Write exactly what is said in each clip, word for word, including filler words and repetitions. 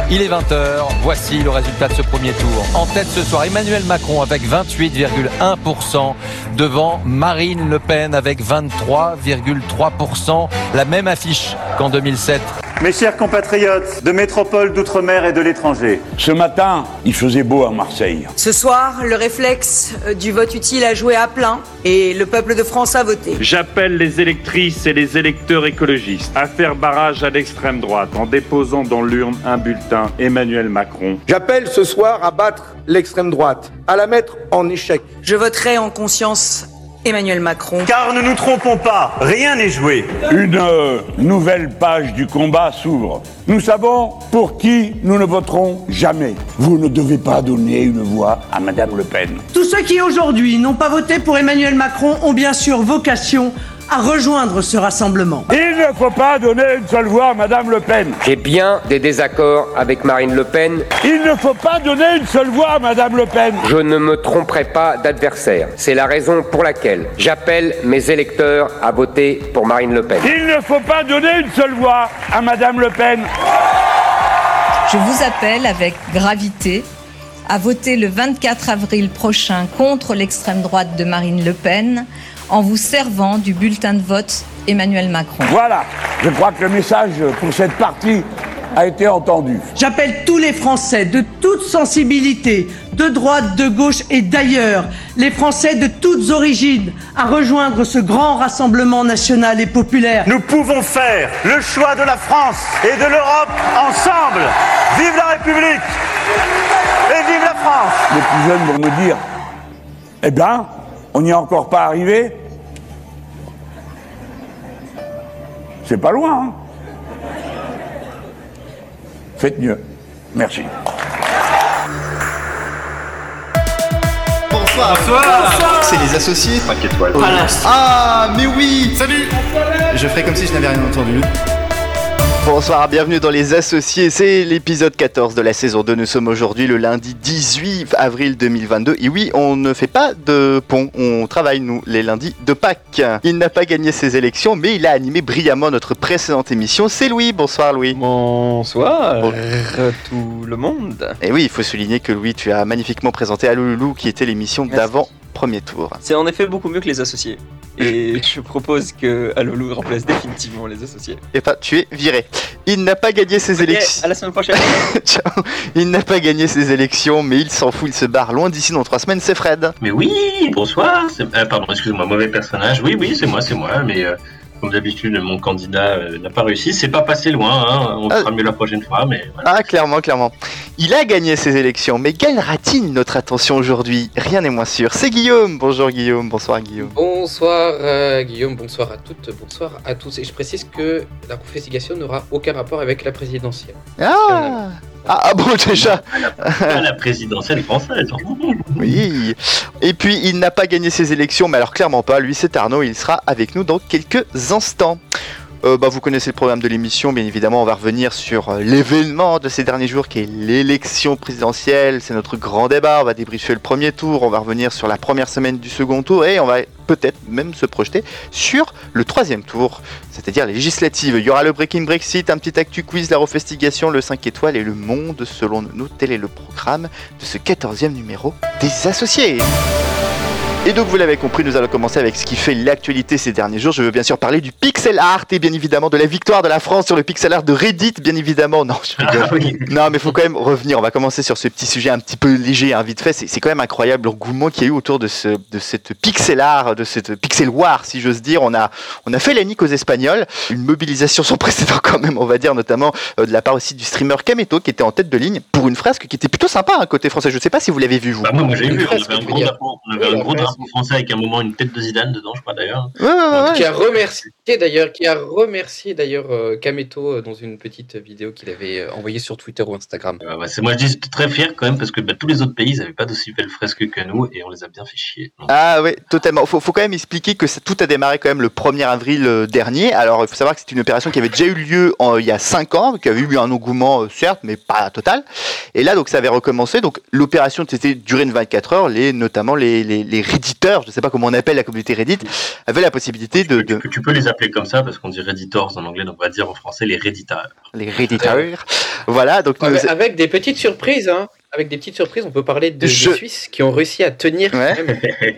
Il est vingt heures, voici le résultat de ce premier tour. En tête ce soir, Emmanuel Macron avec vingt-huit virgule un pour cent devant Marine Le Pen avec vingt-trois virgule trois pour cent. La même affiche qu'en deux mille sept. Mes chers compatriotes de métropole, d'outre-mer et de l'étranger. Ce matin, il faisait beau à Marseille. Ce soir, le réflexe du vote utile a joué à plein et le peuple de France a voté. J'appelle les électrices et les électeurs écologistes à faire barrage à l'extrême droite en déposant dans l'urne un bulletin Emmanuel Macron. J'appelle ce soir à battre l'extrême droite, à la mettre en échec. Je voterai en conscience Emmanuel Macron. Car ne nous trompons pas, rien n'est joué. Une euh, nouvelle page du combat s'ouvre. Nous savons pour qui nous ne voterons jamais. Vous ne devez pas donner une voix à Madame Le Pen. Tous ceux qui aujourd'hui n'ont pas voté pour Emmanuel Macron ont bien sûr vocation à rejoindre ce rassemblement. Il ne faut pas donner une seule voix à Madame Le Pen. J'ai bien des désaccords avec Marine Le Pen. Il ne faut pas donner une seule voix à Madame Le Pen. Je ne me tromperai pas d'adversaire. C'est la raison pour laquelle j'appelle mes électeurs à voter pour Marine Le Pen. Il ne faut pas donner une seule voix à Madame Le Pen. Je vous appelle avec gravité à voter le vingt-quatre avril prochain contre l'extrême droite de Marine Le Pen en vous servant du bulletin de vote Emmanuel Macron. Voilà, je crois que le message pour cette partie a été entendu. J'appelle tous les Français de toute sensibilité, de droite, de gauche et d'ailleurs, les Français de toutes origines, à rejoindre ce grand rassemblement national et populaire. Nous pouvons faire le choix de la France et de l'Europe ensemble. Vive la République et vive la France. Les plus jeunes vont me dire, eh bien, on n'y est encore pas arrivé. C'est pas loin, hein. Faites mieux. Merci. Bonsoir. Bonsoir. Bonsoir. C'est les associés. cinq étoiles. Oh. Ah, mais oui. Salut. Je ferai comme si je n'avais rien entendu. Bonsoir, bienvenue dans Les Associés, c'est l'épisode quatorze de la saison deux. Nous sommes aujourd'hui le lundi dix-huit avril deux mille vingt-deux. Et oui, on ne fait pas de pont, on travaille nous les lundis de Pâques. Il n'a pas gagné ses élections, mais il a animé brillamment notre précédente émission. C'est Louis, bonsoir Louis. Bonsoir bon. Tout le monde. Et oui, il faut souligner que Louis, tu as magnifiquement présenté Alloulou qui était l'émission Merci. d'avant premier tour. C'est en effet beaucoup mieux que Les Associés. Et je propose que Alloulou remplace définitivement Les Associés. Et pas, tu es viré. Il n'a pas gagné ses okay, élections. À la semaine prochaine. Ciao. Il n'a pas gagné ses élections, mais il s'en fout, il se barre loin d'ici dans trois semaines, c'est Fred. Mais oui, bonsoir. C'est... Euh, pardon, excusez-moi, mauvais personnage. Oui, oui, c'est moi, c'est moi, mais... Euh... Comme d'habitude, mon candidat euh, n'a pas réussi. C'est pas passé loin, hein. On ah. fera mieux la prochaine fois. Mais voilà. Ah, clairement, clairement. Il a gagné ses élections, mais gagnera-t-il notre attention aujourd'hui ? Rien n'est moins sûr. C'est Guillaume. Bonjour Guillaume, bonsoir Guillaume. Bonsoir euh, Guillaume, bonsoir à toutes, bonsoir à tous. Et je précise que la profestigation n'aura aucun rapport avec la présidentielle. Ah Ah, ah bon, déjà la, la présidentielle française. Oui. Et puis, il n'a pas gagné ses élections, mais alors clairement pas. Lui, c'est Arnaud, il sera avec nous dans quelques instants. Euh, bah, vous connaissez le programme de l'émission, bien évidemment, on va revenir sur euh, l'événement de ces derniers jours qui est l'élection présidentielle. C'est notre grand débat, on va débriefer le premier tour, on va revenir sur la première semaine du second tour et on va peut-être même se projeter sur le troisième tour, c'est-à-dire les législatives. Il y aura le Breaking Brexit, un petit actu quiz, la refestigation, le cinq étoiles et le monde selon nous. Tel est le programme de ce quatorzième numéro des Associés. Et donc vous l'avez compris, nous allons commencer avec ce qui fait l'actualité ces derniers jours. Je veux bien sûr parler du pixel art et bien évidemment de la victoire de la France sur le pixel art de Reddit, bien évidemment. Non, je rigole. Ah, oui. Non, mais il faut quand même revenir. On va commencer sur ce petit sujet un petit peu léger, hein, vite fait. C'est, c'est quand même incroyable l'engouement qu'il y a eu autour de, ce, de cette pixel art, de cette pixel war, si j'ose dire. On a, on a fait la nique aux Espagnols. Une mobilisation sans précédent quand même, on va dire, notamment euh, de la part aussi du streamer Kameto qui était en tête de ligne pour une fresque qui était plutôt sympa, hein, côté français. Je ne sais pas si vous l'avez vu, vous. Bah, moi, moi j'ai vu. On avait un gros drapeau, on avait oui, un gros drapeau français avec un moment une tête de Zidane dedans, je crois d'ailleurs. Ouais, ouais, ouais, qui a remercié d'ailleurs, qui a remercié d'ailleurs euh, Kameto euh, dans une petite vidéo qu'il avait euh, envoyée sur Twitter ou Instagram. Euh, bah, c'est, moi je dis j'étais très fier quand même parce que bah, tous les autres pays ils n'avaient pas d'aussi belles fresques que nous et on les a bien fait chier. Donc. Ah ouais, totalement. Faut, faut quand même expliquer que ça, tout a démarré quand même le premier avril euh, dernier. Alors il faut savoir que c'est une opération qui avait déjà eu lieu en, il y a cinq ans, qui avait eu un engouement euh, certes, mais pas total. Et là donc ça avait recommencé. Donc l'opération c'était durée de vingt-quatre heures. Les notamment les les, les redditeurs, je sais pas comment on appelle la communauté Reddit, avaient la possibilité de, de... Tu, tu peux les appeler comme ça parce qu'on dit redditors en anglais, donc on va dire en français les redditeurs. Les redditeurs. Voilà, donc nous... avec, avec des petites surprises, hein. Avec des petites surprises, on peut parler de, Je... des Suisses qui ont réussi à tenir. Ouais. Quand même.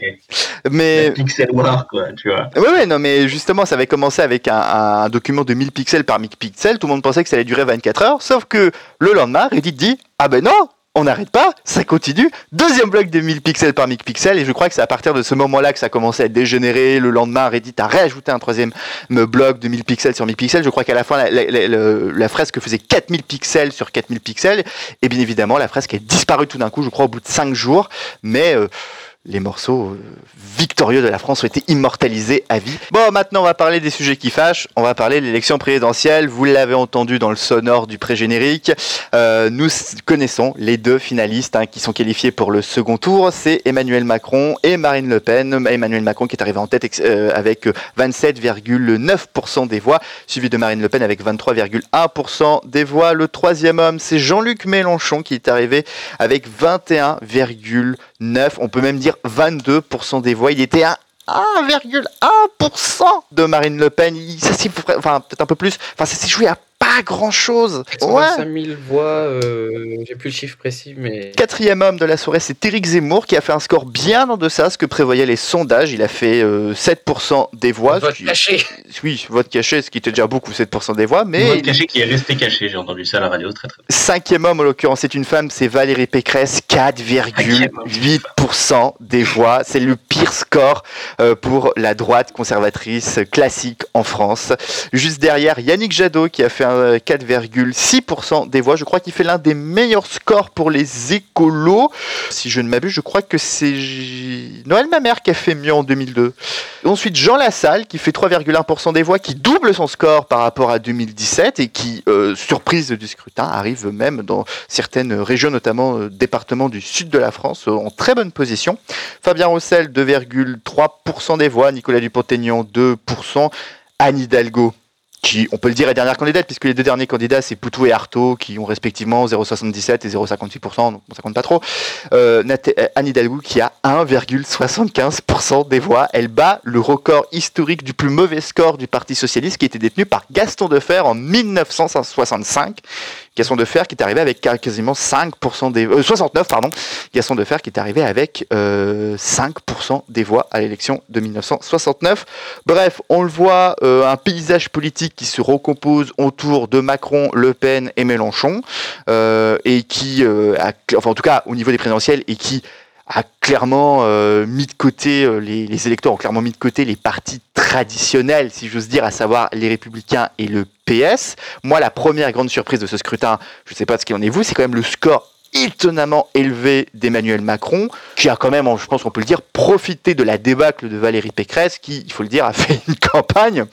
mais Pixel War, quoi, tu vois. Ouais, ouais, non, mais justement, ça avait commencé avec un, un document de mille pixels par mille pixels. Tout le monde pensait que ça allait durer vingt-quatre heures, sauf que le lendemain, Reddit dit ah ben non. On n'arrête pas, ça continue. Deuxième bloc de mille pixels par mille pixels. Et je crois que c'est à partir de ce moment-là que ça a commencé à dégénérer. Le lendemain, Reddit a réajouté un troisième bloc de mille pixels sur mille pixels. Je crois qu'à la fin, la, la, la, la, la fresque faisait quatre mille pixels sur quatre mille pixels. Et bien évidemment, la fresque est disparue tout d'un coup, je crois, au bout de cinq jours. Mais... Euh, les morceaux euh, victorieux de la France ont été immortalisés à vie. Bon, maintenant, on va parler des sujets qui fâchent. On va parler de l'élection présidentielle. Vous l'avez entendu dans le sonore du pré-générique. Euh, nous connaissons les deux finalistes hein, qui sont qualifiés pour le second tour. C'est Emmanuel Macron et Marine Le Pen. Emmanuel Macron qui est arrivé en tête euh, avec vingt-sept virgule neuf pour cent des voix, suivi de Marine Le Pen avec vingt-trois virgule un pour cent des voix. Le troisième homme, c'est Jean-Luc Mélenchon qui est arrivé avec vingt et un virgule neuf. On peut même dire vingt-deux pour cent des voix. Il était à un virgule un pour cent de Marine Le Pen. Il, ça s'est, enfin, peut-être un peu plus. Enfin, ça s'est joué à pas grand-chose. quatre cent vingt-cinq mille voix, euh, j'ai plus le chiffre précis, mais... Quatrième homme de la soirée, c'est Éric Zemmour qui a fait un score bien en deçà de ce que prévoyaient les sondages. Il a fait euh, sept pour cent des voix. Vote qui... caché. Oui, vote caché, ce qui était déjà beaucoup, sept pour cent des voix. Mais... Vote caché qui est resté caché, j'ai entendu ça à la radio, très très bien. Cinquième homme, en l'occurrence, c'est une femme, c'est Valérie Pécresse, quatre virgule huit pour cent des voix. C'est le pire score euh, pour la droite conservatrice classique en France. Juste derrière, Yannick Jadot qui a fait un quatre virgule six pour cent des voix. Je crois qu'il fait l'un des meilleurs scores pour les écolos. Si je ne m'abuse, je crois que c'est Noël Mamère qui a fait mieux en deux mille deux. Ensuite, Jean Lassalle qui fait trois virgule un pour cent des voix, qui double son score par rapport à deux mille dix-sept et qui, euh, surprise du scrutin, arrive même dans certaines régions, notamment euh, départements du sud de la France, euh, en très bonne position. Fabien Roussel, deux virgule trois pour cent des voix. Nicolas Dupont-Aignan, deux pour cent. Anne Hidalgo, qui, on peut le dire, est dernière candidate, puisque les deux derniers candidats, c'est Poutou et Artaud, qui ont respectivement zéro virgule soixante-dix-sept et zéro virgule cinquante-six pour cent, donc ça compte pas trop. Euh, Anne Hidalgo, qui a un virgule soixante-quinze pour cent des voix. Elle bat le record historique du plus mauvais score du Parti Socialiste, qui était détenu par Gaston Defferre en mille neuf cent soixante-cinq. Gaston Defferre qui est arrivé avec quasiment cinq pour cent des... Euh, soixante-neuf, pardon. Gaston Defferre qui est arrivé avec euh, cinq pour cent des voix à l'élection de mille neuf cent soixante-neuf. Bref, on le voit, euh, un paysage politique qui se recompose autour de Macron, Le Pen et Mélenchon, euh, et qui, euh, a, enfin en tout cas au niveau des présidentielles, et qui a clairement euh, mis de côté, euh, les, les électeurs ont clairement mis de côté les partis traditionnels, si j'ose dire, à savoir les Républicains et le P S. Moi, la première grande surprise de ce scrutin, je ne sais pas ce qu'il en est vous, c'est quand même le score étonnamment élevé d'Emmanuel Macron, qui a quand même, je pense qu'on peut le dire, profité de la débâcle de Valérie Pécresse, qui, il faut le dire, a fait une campagne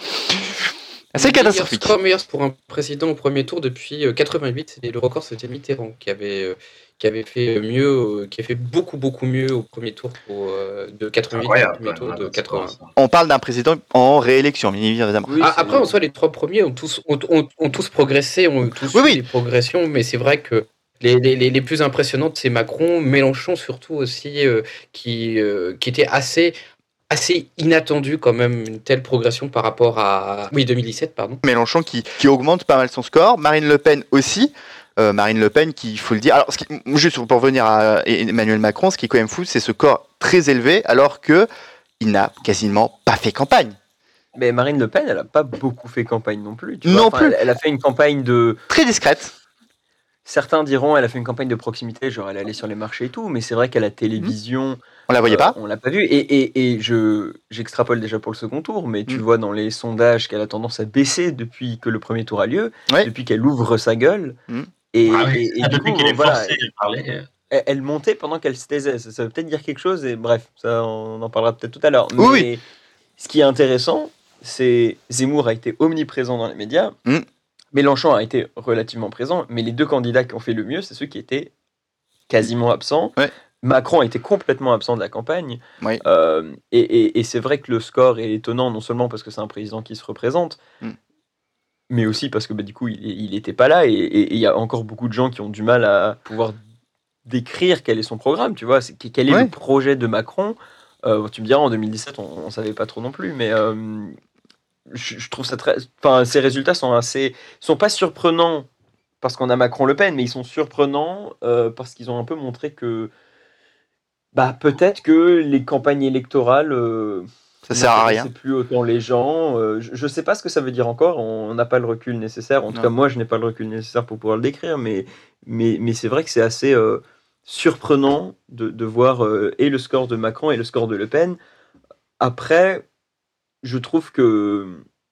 assez catastrophique. Meilleur score meilleur pour un président au premier tour depuis quatre-vingt-huit, et le record c'était Mitterrand qui avait... Euh... qui avait fait mieux, qui a fait beaucoup beaucoup mieux au premier tour pour, euh, de quatre-vingt-huit ouais, au premier tour de quatre-vingts. On parle d'un président en réélection, bien évidemment. Oui, ah, après, en soi, les trois premiers ont tous, ont, ont, ont tous progressé, ont tous oui, eu oui. des progressions, mais c'est vrai que les, les, les plus impressionnantes, c'est Macron, Mélenchon surtout aussi, euh, qui, euh, qui était assez... assez inattendu quand même, une telle progression par rapport à... Oui, deux mille dix-sept, pardon. Mélenchon qui, qui augmente pas mal son score, Marine Le Pen aussi. Euh, Marine Le Pen, qui, il faut le dire... Alors, ce qui, juste pour revenir à Emmanuel Macron, ce qui est quand même fou, c'est ce score très élevé, alors qu'il n'a quasiment pas fait campagne. Mais Marine Le Pen, elle n'a pas beaucoup fait campagne non plus. Tu vois non enfin, plus. Elle, elle a fait une campagne de... Très discrète. Certains diront elle a fait une campagne de proximité, genre elle allait sur les marchés et tout, mais c'est vrai qu'à la télévision... On la voyait euh, pas. On l'a pas vue. Et, et, et je, j'extrapole déjà pour le second tour, mais tu mmh. vois dans les sondages qu'elle a tendance à baisser depuis que le premier tour a lieu, ouais. depuis qu'elle ouvre sa gueule. Mmh. Et, ah oui, et, et depuis coup, qu'elle est voilà, forcée de parler. Elle, elle montait pendant qu'elle se taisait. Ça, ça veut peut-être dire quelque chose, et bref, ça, on en parlera peut-être tout à l'heure. Mais oui. ce qui est intéressant, c'est Zemmour a été omniprésent dans les médias. Mmh. Mélenchon a été relativement présent, mais les deux candidats qui ont fait le mieux, c'est ceux qui étaient quasiment absents. Ouais. Macron a été complètement absent de la campagne. Oui. Euh, et, et, et c'est vrai que le score est étonnant, non seulement parce que c'est un président qui se représente, mm. mais aussi parce que bah, du coup, il n'était pas là. Et il y a encore beaucoup de gens qui ont du mal à pouvoir décrire quel est son programme. Tu vois, c'est, quel est ouais. le projet de Macron. euh, Tu me diras, en deux mille dix-sept, on ne savait pas trop non plus, mais... Euh, Je, je trouve ça très. Enfin, ces résultats sont assez. sont pas surprenants parce qu'on a Macron-Le Pen, mais ils sont surprenants euh, parce qu'ils ont un peu montré que bah, peut-être que les campagnes électorales euh, ça sert à rien. C'est plus autant les gens. Euh, je ne sais pas ce que ça veut dire encore. On n'a pas le recul nécessaire. En tout Non. cas, moi, je n'ai pas le recul nécessaire pour pouvoir le décrire. Mais, mais, mais c'est vrai que c'est assez euh, surprenant de, de voir euh, et le score de Macron et le score de Le Pen. Après, je trouve que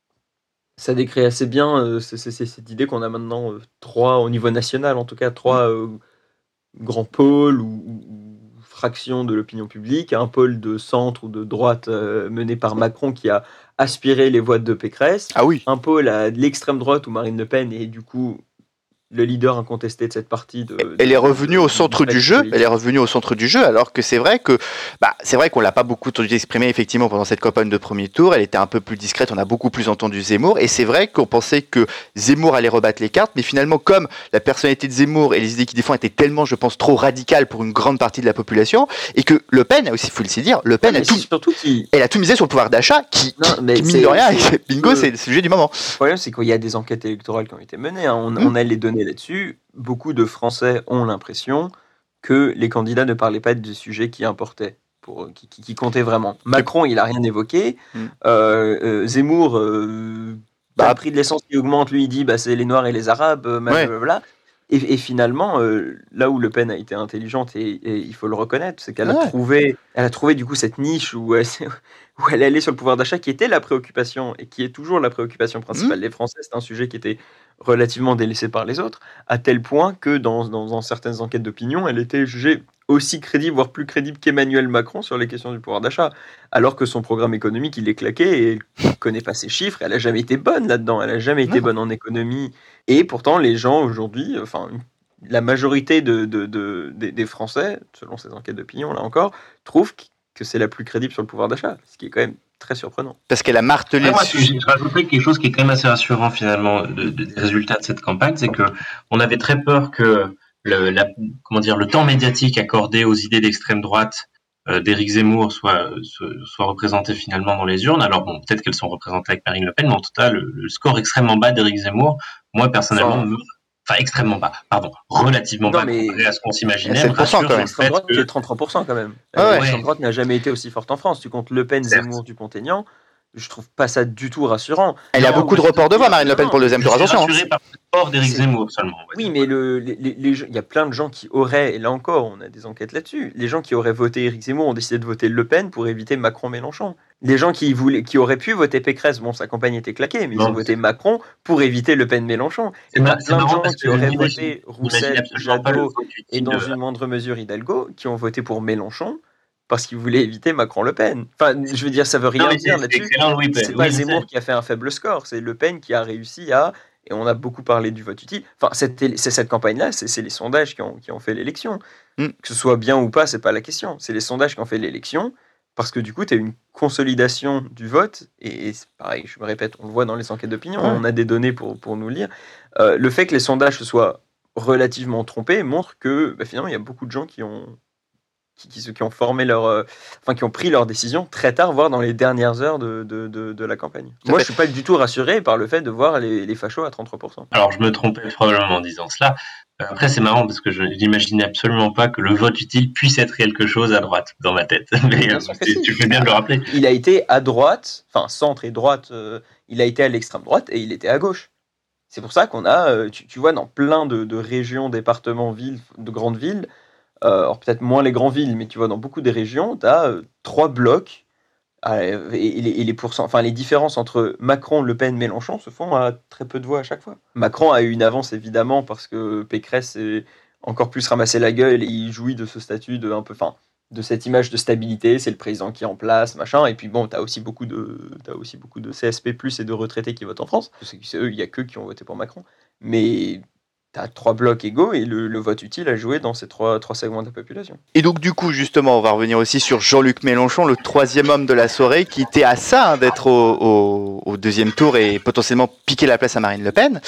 ça décrit assez bien euh, c'est, c'est, c'est cette idée qu'on a maintenant euh, trois, au niveau national en tout cas, trois euh, grands pôles ou, ou fraction de l'opinion publique, un pôle de centre ou de droite euh, mené par Macron qui a aspiré les voix de Pécresse, ah oui. un pôle à de l'extrême droite où Marine Le Pen est du coup le leader incontesté de cette partie. De, de, elle est revenue de, au centre du jeu. Politique. Elle est revenue au centre du jeu, alors que c'est vrai que, bah, c'est vrai qu'on l'a pas beaucoup entendu exprimer effectivement pendant cette campagne de premier tour. Elle était un peu plus discrète. On a beaucoup plus entendu Zemmour, et c'est vrai qu'on pensait que Zemmour allait rebattre les cartes, mais finalement, comme la personnalité de Zemmour et les idées qu'il défend étaient tellement, je pense, trop radicales pour une grande partie de la population, et que Le Pen, aussi, il faut le dire, Le Pen non, a tout, surtout qui... elle a tout misé sur le pouvoir d'achat, qui, non, mais qui mine de rien, bingo, c'est le sujet du moment. Le problème, c'est qu'il y a des enquêtes électorales qui ont été menées. Hein. On, mmh. on a les données là-dessus. Beaucoup de Français ont l'impression que les candidats ne parlaient pas des sujets qui importaient, pour, qui, qui, qui comptaient vraiment. Macron, il n'a rien évoqué. Mmh. Euh, euh, Zemmour, euh, bah, le prix de l'essence qui augmente, lui, il dit bah, c'est les Noirs et les Arabes, blablabla. Ouais. Et, et finalement, euh, là où Le Pen a été intelligente, et, et il faut le reconnaître, c'est qu'elle ouais. a trouvé, elle a trouvé du coup cette niche où elle, où elle allait sur le pouvoir d'achat, qui était la préoccupation, et qui est toujours la préoccupation principale mmh. des Français. C'est un sujet qui était relativement délaissé par les autres, à tel point que dans, dans, dans certaines enquêtes d'opinion, elle était jugée aussi crédible, voire plus crédible qu'Emmanuel Macron sur les questions du pouvoir d'achat, alors que son programme économique, il est claqué, et elle ne connaît pas ses chiffres, elle n'a jamais été bonne là-dedans, elle n'a jamais été non. bonne en économie, et pourtant les gens aujourd'hui, enfin la majorité de, de, de, de, des Français, selon ces enquêtes d'opinion là encore, trouvent que c'est la plus crédible sur le pouvoir d'achat, ce qui est quand même très surprenant. Parce qu'elle a martelé ouais, le moi, sujet. Je rajouterais quelque chose qui est quand même assez rassurant finalement de, de, des résultats de cette campagne, c'est que on avait très peur que le, la, comment dire, le temps médiatique accordé aux idées d'extrême droite euh, d'Éric Zemmour soit, soit, soit représenté finalement dans les urnes. Alors bon, peut-être qu'elles sont représentées avec Marine Le Pen, mais en tout cas, le, le score extrêmement bas d'Éric Zemmour, moi personnellement, me, enfin extrêmement bas, pardon, relativement non, bas comparé à ce qu'on s'imaginait. L'extrême droite qui est trente-trois pour cent quand même. Ah ouais. L'extrême droite n'a jamais été aussi forte en France. Tu comptes Le Pen, certes. Zemmour, Dupont-Aignan. Je trouve pas ça du tout rassurant. Elle non, a beaucoup de reports de voix, Marine Le Pen, pour le deuxième tour. Attention. Rassuré par le report d'Éric Zemmour seulement. Oui, mais le, les, les, les, il y a plein de gens qui auraient, et là encore, on a des enquêtes là-dessus, les gens qui auraient voté Éric Zemmour ont décidé de voter Le Pen pour éviter Macron-Mélenchon. Les gens qui, voulaient, qui auraient pu voter Pécresse, bon, sa campagne était claquée, mais non, ils ont voté Macron pour éviter Le Pen-Mélenchon. Il y a plein de gens qui auraient voté Roussel, Jadot et dans une moindre mesure Hidalgo, qui ont voté pour Mélenchon, parce qu'il voulait éviter Macron-Le Pen. Enfin, je veux dire, ça veut rien non, dire là-dessus. Oui, c'est pas oui, Zemmour c'est... qui a fait un faible score, c'est Le Pen qui a réussi à... Et on a beaucoup parlé du vote utile. Enfin, c'est, c'est cette campagne-là, c'est, c'est les sondages qui ont, qui ont fait l'élection. Mm. Que ce soit bien ou pas, c'est pas la question. C'est les sondages qui ont fait l'élection, parce que du coup, tu as une consolidation du vote, et, et c'est pareil, je me répète, on le voit dans les enquêtes d'opinion, mm. on a des données pour, pour nous le lire. Euh, le fait que les sondages se soient relativement trompés montre que bah, finalement, il y a beaucoup de gens qui ont... Qui, qui, qui ont formé leur, euh, enfin qui ont pris leur décision très tard, voire dans les dernières heures de, de, de, de la campagne. Ça Moi, fait... je suis pas du tout rassuré par le fait de voir les, les fachos à trente-trois pour cent. Alors, je me trompais probablement en disant cela. Après, c'est marrant parce que je n'imaginais absolument pas que le vote utile puisse être quelque chose à droite dans ma tête. Mais euh, tu, tu fais bien de le rappeler. Il a été à droite, enfin centre et droite. Euh, il a été à l'extrême droite et il était à gauche. C'est pour ça qu'on a, euh, tu, tu vois, dans plein de, de régions, départements, villes, de grandes villes. Euh, alors peut-être moins les grandes villes, mais tu vois, dans beaucoup des régions, tu as euh, trois blocs, euh, et, et, les, et les, pourcent... enfin, les différences entre Macron, Le Pen, Mélenchon se font à très peu de voix à chaque fois. Macron a eu une avance, évidemment, parce que Pécresse est encore plus ramassé la gueule, et il jouit de ce statut de un peu... Enfin, de cette image de stabilité, c'est le président qui est en place, machin, et puis bon, tu as aussi beaucoup de, t'as aussi beaucoup de C S P plus, et de retraités qui votent en France, c'est, c'est eux, il n'y a qu'eux qui ont voté pour Macron, mais... T'as trois blocs égaux et le, le vote utile a joué dans ces trois, trois segments de la population. Et donc du coup, justement, on va revenir aussi sur Jean-Luc Mélenchon, le troisième homme de la soirée, qui était à ça hein, d'être au, au, au deuxième tour et potentiellement piquer la place à Marine Le Pen.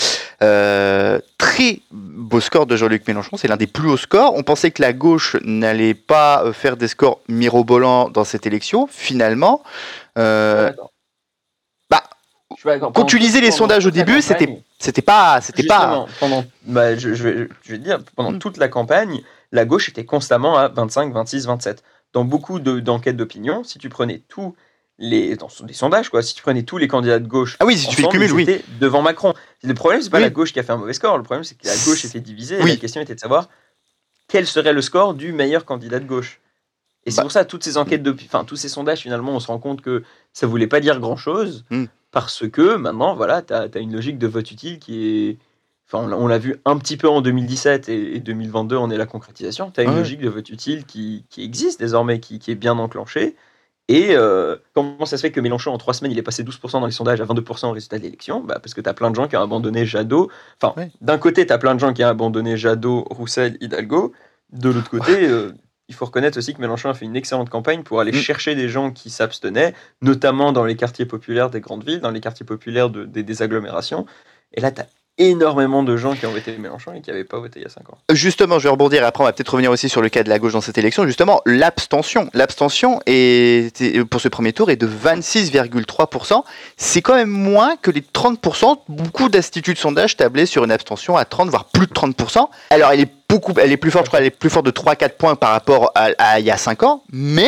Euh, très beau score de Jean-Luc Mélenchon, c'est l'un des plus hauts scores. On pensait que la gauche n'allait pas faire des scores mirobolants dans cette élection. Finalement, euh, bah quand tu lisais les sondages au début, c'était, c'était pas, c'était Justement, pas. Pendant, bah, je, je, vais, je vais te dire, pendant toute la campagne, la gauche était constamment à vingt-cinq, vingt-six, vingt-sept. Dans beaucoup de, d'enquêtes d'opinion, si tu prenais tous les, dans des sondages, quoi, si tu prenais tous les candidats de gauche, ah oui, si tu fais le cumul, oui, devant Macron. Le problème, c'est pas oui. la gauche qui a fait un mauvais score. Le problème, c'est que la gauche était divisée. Oui. Et la question était de savoir quel serait le score du meilleur candidat de gauche. Et c'est bah. pour ça, toutes ces enquêtes, de, enfin tous ces sondages, finalement, on se rend compte que ça voulait pas dire grand-chose, mm. parce que maintenant, voilà, tu as une logique de vote utile qui est... Enfin, on, on l'a vu un petit peu en deux mille dix-sept et, et deux mille vingt-deux, on est la concrétisation. Tu as une ouais. logique de vote utile qui, qui existe désormais, qui, qui est bien enclenchée. Et euh, comment ça se fait que Mélenchon, en trois semaines, il est passé douze pour cent dans les sondages à vingt-deux pour cent au résultat de l'élection? Bah, parce que tu as plein de gens qui ont abandonné Jadot. Enfin, ouais. d'un côté, tu as plein de gens qui ont abandonné Jadot, Roussel, Hidalgo. De l'autre côté... euh, il faut reconnaître aussi que Mélenchon a fait une excellente campagne pour aller mmh. chercher des gens qui s'abstenaient, notamment dans les quartiers populaires des grandes villes, dans les quartiers populaires de, des, des agglomérations. Et là, tu as énormément de gens qui ont voté Mélenchon et qui n'avaient pas voté il y a cinq ans. Justement, je vais rebondir et après on va peut-être revenir aussi sur le cas de la gauche dans cette élection. Justement, l'abstention. L'abstention est, pour ce premier tour est de vingt-six virgule trois pour cent. C'est quand même moins que les trente pour cent. Beaucoup d'instituts de sondage tablaient sur une abstention à trente, voire plus de trente pour cent. Alors, elle est beaucoup, elle est plus forte, je crois, elle est plus forte de trois à quatre points par rapport à, à il y a cinq ans, mais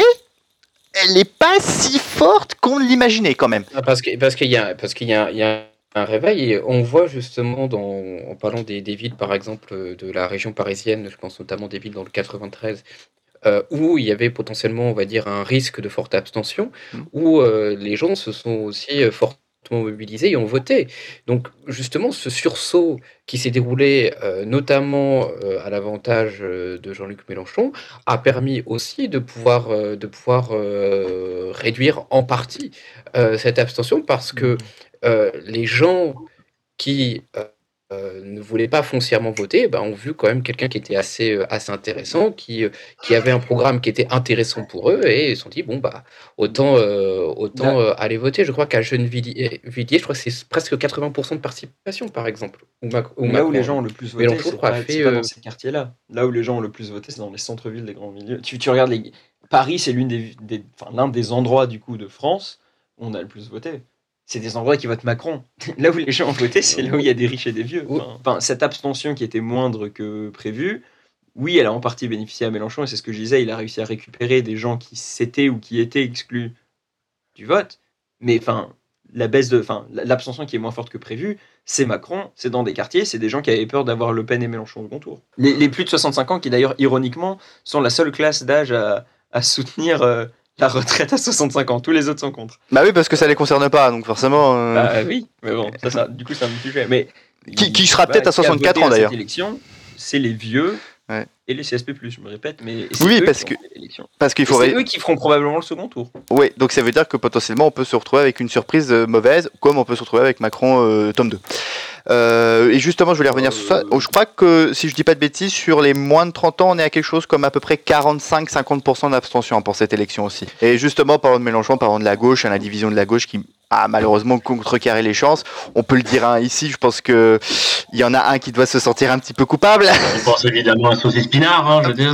elle n'est pas si forte qu'on l'imaginait quand même. Parce que, parce qu'il y a, parce qu'il y a, il y a un réveil, et on voit justement, dans, en parlant des, des villes, par exemple, de la région parisienne, je pense notamment des villes dans le quatre-vingt-treize, euh, où il y avait potentiellement, on va dire, un risque de forte abstention, mmh. où euh, les gens se sont aussi fortement mobilisés et ont voté. Donc, justement, ce sursaut qui s'est déroulé euh, notamment euh, à l'avantage euh, de Jean-Luc Mélenchon a permis aussi de pouvoir, euh, de pouvoir euh, réduire en partie euh, cette abstention, parce que Euh, les gens qui euh, euh, ne voulaient pas foncièrement voter bah, ont vu quand même quelqu'un qui était assez, euh, assez intéressant, qui, euh, qui avait un programme qui était intéressant pour eux, et ils se sont dit, bon, bah, autant, euh, autant euh, aller voter. Je crois qu'à Gennevilliers, je crois que c'est presque quatre-vingts pour cent de participation, par exemple. Où Mac- où là Macron, où les gens ont le plus voté, Mélenchon, c'est, pas, fait, c'est pas dans euh... ces quartiers-là. Là où les gens ont le plus voté, c'est dans les centres-villes des grands milieux. Tu, tu regardes, les... Paris, c'est l'une des, des, l'un des endroits du coup de France où on a le plus voté. C'est des endroits qui votent Macron. Là où les gens ont voté, c'est là où il y a des riches et des vieux. Enfin, enfin, cette abstention qui était moindre que prévu, oui, elle a en partie bénéficié à Mélenchon, et c'est ce que je disais, il a réussi à récupérer des gens qui s'étaient ou qui étaient exclus du vote. Mais enfin, la baisse de, enfin, l'abstention qui est moins forte que prévu, c'est Macron, c'est dans des quartiers, c'est des gens qui avaient peur d'avoir Le Pen et Mélenchon au second tour. Les, les plus de soixante-cinq ans, qui d'ailleurs, ironiquement, sont la seule classe d'âge à, à soutenir... Euh, la retraite à soixante-cinq ans, tous les autres sont contre. Bah oui, parce que ça les concerne pas, donc forcément... Euh... Bah oui, mais bon, ça, ça, du coup c'est un autre sujet. Mais, qui, qui sera bah, peut-être à soixante-quatre ans d'ailleurs. Cette élection, c'est les vieux ouais. et les C S P plus, je me répète, mais c'est oui, eux parce qui que, parce qu'il faut c'est ré... eux qui feront probablement le second tour. Oui, donc ça veut dire que potentiellement on peut se retrouver avec une surprise mauvaise, comme on peut se retrouver avec Macron euh, tome deux. Euh, et justement, je voulais revenir euh... sur ça. Oh, je crois que, si je dis pas de bêtises, sur les moins de trente ans, on est à quelque chose comme à peu près quarante-cinq à cinquante pour cent d'abstention pour cette élection aussi. Et justement, parlant de Mélenchon, parlant de la gauche, à la division de la gauche qui a malheureusement contrecarré les chances, on peut le dire hein, ici, je pense qu'il y en a un qui doit se sentir un petit peu coupable. On pense évidemment à Sauce Spinard, hein, je veux dire.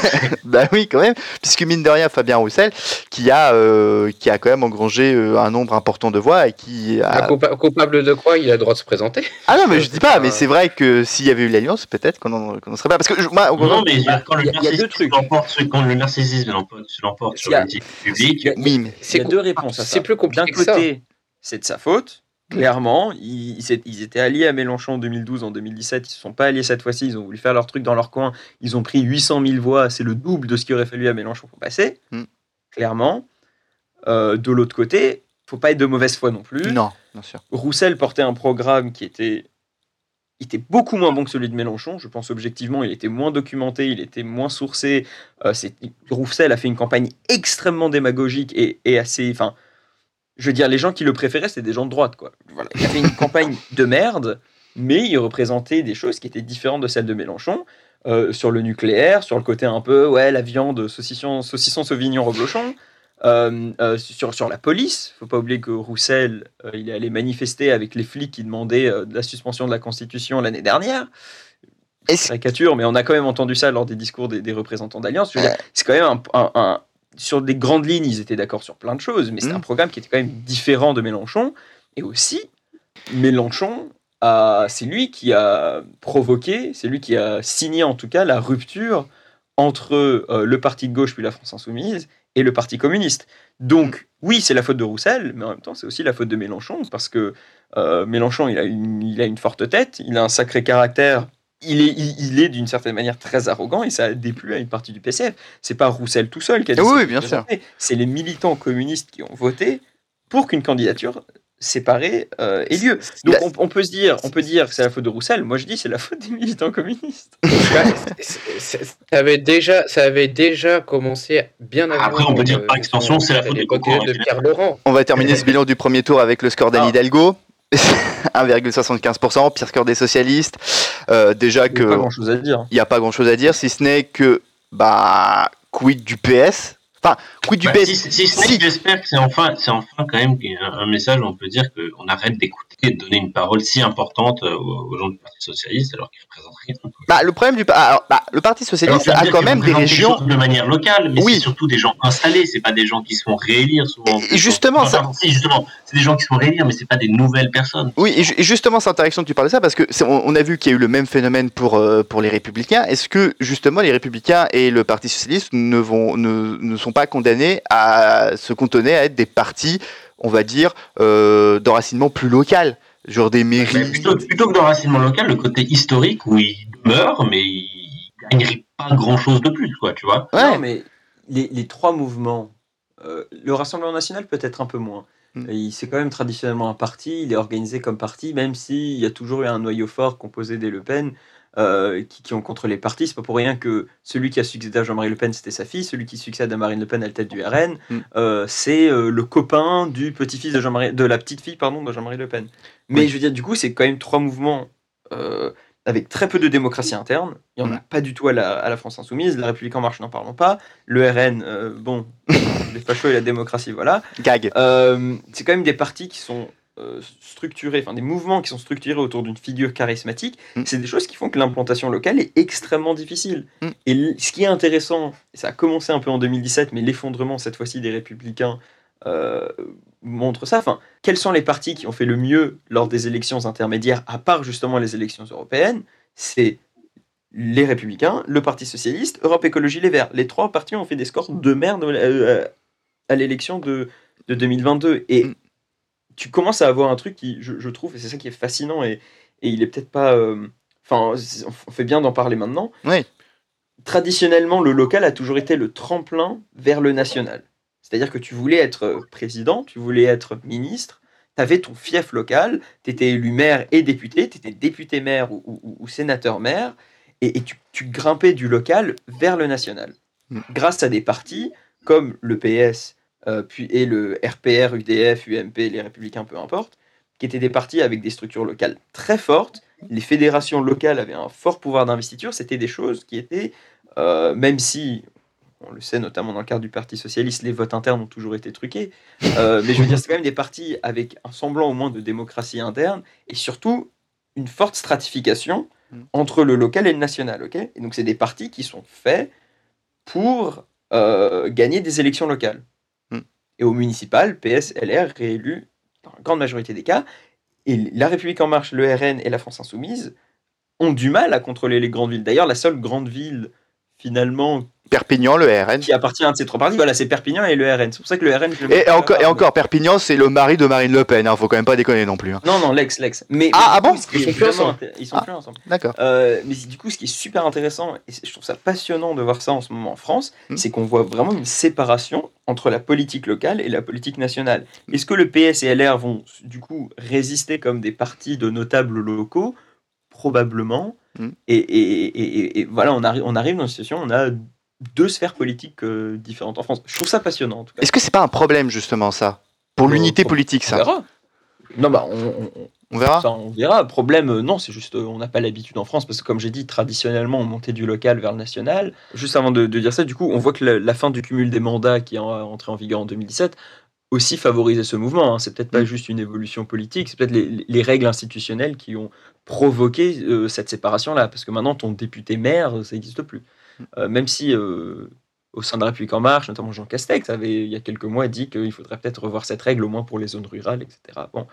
Bah oui, quand même, puisque mine de rien, Fabien Roussel, qui a, euh, qui a quand même engrangé euh, un nombre important de voix et qui a... Coupa- coupable de quoi? Il a le droit de se présenter. Ah non, mais je dis pas, mais c'est vrai que s'il y avait eu l'alliance, peut-être qu'on n'en serait pas. Parce que je, moi, non, mais quand le narcissisme l'emporte, quand le narcissisme l'emporte sur l'utilité publique, il y a deux réponses à ça. C'est plus compliqué que ça. D'un côté, c'est de sa faute. Clairement, ils, ils étaient alliés à Mélenchon en deux mille douze, en deux mille dix-sept, ils ne se sont pas alliés cette fois-ci, ils ont voulu faire leur truc dans leur coin, ils ont pris huit cent mille voix, c'est le double de ce qu'il aurait fallu à Mélenchon pour passer, mm. clairement. Euh, de l'autre côté, il ne faut pas être de mauvaise foi non plus. Non, bien sûr. Roussel portait un programme qui était, était beaucoup moins bon que celui de Mélenchon, je pense objectivement, il était moins documenté, il était moins sourcé. Euh, c'est, Roussel a fait une campagne extrêmement démagogique et, et assez... Enfin, je veux dire, les gens qui le préféraient, c'était des gens de droite, quoi. Voilà. Il a fait une campagne de merde, mais il représentait des choses qui étaient différentes de celles de Mélenchon, euh, sur le nucléaire, sur le côté un peu, ouais, la viande, saucisson, saucisson sauvignon, reblochon, euh, euh, sur, sur la police. Faut pas oublier que Roussel, euh, il est allé manifester avec les flics qui demandaient euh, la suspension de la Constitution l'année dernière. C'est caricature, mais on a quand même entendu ça lors des discours des, des représentants d'Alliance. Je veux dire, c'est quand même un... un, un sur des grandes lignes, ils étaient d'accord sur plein de choses, mais c'était mmh. un programme qui était quand même différent de Mélenchon. Et aussi, Mélenchon, a, c'est lui qui a provoqué, c'est lui qui a signé en tout cas la rupture entre euh, le parti de gauche puis la France Insoumise et le parti communiste. Donc oui, c'est la faute de Roussel, mais en même temps c'est aussi la faute de Mélenchon, parce que euh, Mélenchon il a, une, il a une forte tête, il a un sacré caractère, il est, il, il est d'une certaine manière très arrogant et ça a déplu à une partie du P C F. C'est pas Roussel tout seul qui a dit oui, ça, bien sûr. C'est les militants communistes qui ont voté pour qu'une candidature séparée euh, ait lieu. Donc on, on peut se dire, on peut dire que c'est la faute de Roussel. Moi je dis c'est la faute des militants communistes. Ça avait déjà, ça avait déjà commencé bien avant. Après, on peut dire par extension, c'est la faute de Pierre Laurent. On va terminer ce bilan du premier tour avec le score d'Anne Hidalgo. un virgule soixante-quinze pour cent, pire score des socialistes. Euh, déjà que. Il n'y a pas grand chose à dire. Il n'y a pas grand chose à dire, si ce n'est que. Bah. Quid du P S? Enfin, quid du bah, P S? Si, si, si, si. J'espère que c'est enfin, c'est enfin quand même un, un message où on peut dire qu'on arrête d'écouter et de donner une parole si importante aux, aux gens du Parti Socialiste alors qu'ils représentent rien. Bah, le problème du alors, bah, le Parti Socialiste a quand même des régions de manière locale, mais oui. c'est surtout des gens installés, c'est pas des gens qui se font réélire souvent. Et justement, enfin, ça... pardon, si, justement, c'est des gens qui se font réélire, mais c'est pas des nouvelles personnes. Oui, et justement, c'est intéressant que tu parles de ça parce que on, on a vu qu'il y a eu le même phénomène pour euh, pour les Républicains. Est-ce que justement les Républicains et le Parti Socialiste ne vont ne, ne sont pas condamnés à se cantonner à être des partis, on va dire, euh, d'enracinement plus local? Genre des mairies. Plutôt, plutôt que d'enracinement local, le côté historique où il meurt, mais il gagnerait pas grand chose de plus, quoi, tu vois. Ouais. Non, mais les, les trois mouvements, euh, le Rassemblement national peut-être un peu moins. Mm. Il, c'est quand même traditionnellement un parti, il est organisé comme parti, même s'il y a toujours eu un noyau fort composé des Le Pen. Euh, qui, qui ont contre les partis. C'est pas pour rien que celui qui a succédé à Jean-Marie Le Pen, c'était sa fille. Celui qui succède à Marine Le Pen à la tête du R N, mm. euh, c'est euh, le copain du petit-fils de Jean-Marie, de la petite-fille, pardon, de Jean-Marie Le Pen. Mais oui. je veux dire, du coup, c'est quand même trois mouvements euh, avec très peu de démocratie interne. Il y en a mm. pas du tout à la, à la France Insoumise. La République En Marche, n'en parlons pas. Le R N, euh, bon, les fachos et la démocratie, voilà. Gag. Euh, c'est quand même des partis qui sont structurés, enfin des mouvements qui sont structurés autour d'une figure charismatique, mm. c'est des choses qui font que l'implantation locale est extrêmement difficile. Mm. Et l- ce qui est intéressant, ça a commencé un peu en deux mille dix-sept, mais l'effondrement cette fois-ci des Républicains euh, montre ça. Enfin, quels sont les partis qui ont fait le mieux lors des élections intermédiaires, à part justement les élections européennes? C'est les Républicains, le Parti Socialiste, Europe Écologie Les Verts. Les trois partis ont fait des scores de merde euh, à l'élection de, de deux mille vingt-deux. Et mm. tu commences à avoir un truc qui, je, je trouve, et c'est ça qui est fascinant, et, et il est peut-être pas... Enfin, euh, on fait bien d'en parler maintenant. Oui. Traditionnellement, le local a toujours été le tremplin vers le national. C'est-à-dire que tu voulais être président, tu voulais être ministre, tu avais ton fief local, tu étais élu maire et député, tu étais député maire ou, ou, ou sénateur maire, et, et tu, tu grimpais du local vers le national. Mm. Grâce à des partis comme le P S, Euh, puis et le R P R, U D F, U M P, les Républicains, peu importe, qui étaient des partis avec des structures locales très fortes. Les fédérations locales avaient un fort pouvoir d'investiture. C'était des choses qui étaient, euh, même si, on le sait notamment dans le cadre du Parti Socialiste, les votes internes ont toujours été truqués, euh, mais je veux dire, c'est quand même des partis avec un semblant au moins de démocratie interne, et surtout une forte stratification entre le local et le national. Okay, et donc c'est des partis qui sont faits pour euh, gagner des élections locales. Et au municipal, P S, L R réélus dans la grande majorité des cas. Et la République En Marche, le R N et la France Insoumise ont du mal à contrôler les grandes villes. D'ailleurs, la seule grande ville, finalement... Perpignan, le R N. Qui appartient à un de ces trois partis, voilà, c'est Perpignan et le R N. C'est pour ça que le R N... Je le et, encore, et encore, Perpignan, c'est le mari de Marine Le Pen. Hein, faut quand même pas déconner non plus. Hein. Non, non, l'ex, l'ex. Mais, ah, mais ah bon coup, Ils sont plus ensemble. Ils sont ah, plus ensemble. D'accord. Euh, mais du coup, ce qui est super intéressant, et je trouve ça passionnant de voir ça en ce moment en France, mmh. c'est qu'on voit vraiment une séparation entre la politique locale et la politique nationale. Est-ce que le P S et L R vont, du coup, résister comme des partis de notables locaux? Probablement. Mmh. Et, et, et, et, et voilà, on arrive, on arrive dans une situation où on a deux sphères politiques euh, différentes en France. Je trouve ça passionnant, en tout cas. Est-ce que c'est pas un problème, justement, ça? Pour euh, l'unité pour, politique, ça? On verra. Non, bah, on, on, on verra. Ça, on verra. Problème, euh, non, c'est juste, euh, on n'a pas l'habitude en France, parce que, comme j'ai dit, traditionnellement, on montait du local vers le national. Juste avant de, de dire ça, du coup, on voit que la, la fin du cumul des mandats qui est entré en vigueur en deux mille dix-sept aussi favorisait ce mouvement. Hein. C'est peut-être pas juste une évolution politique, c'est peut-être les, les règles institutionnelles qui ont provoqué euh, cette séparation-là, parce que maintenant, ton député-maire, ça n'existe plus. Euh, même si euh, au sein de la République En Marche, notamment Jean Castex avait il y a quelques mois dit qu'il faudrait peut-être revoir cette règle au moins pour les zones rurales, et cetera. Bon,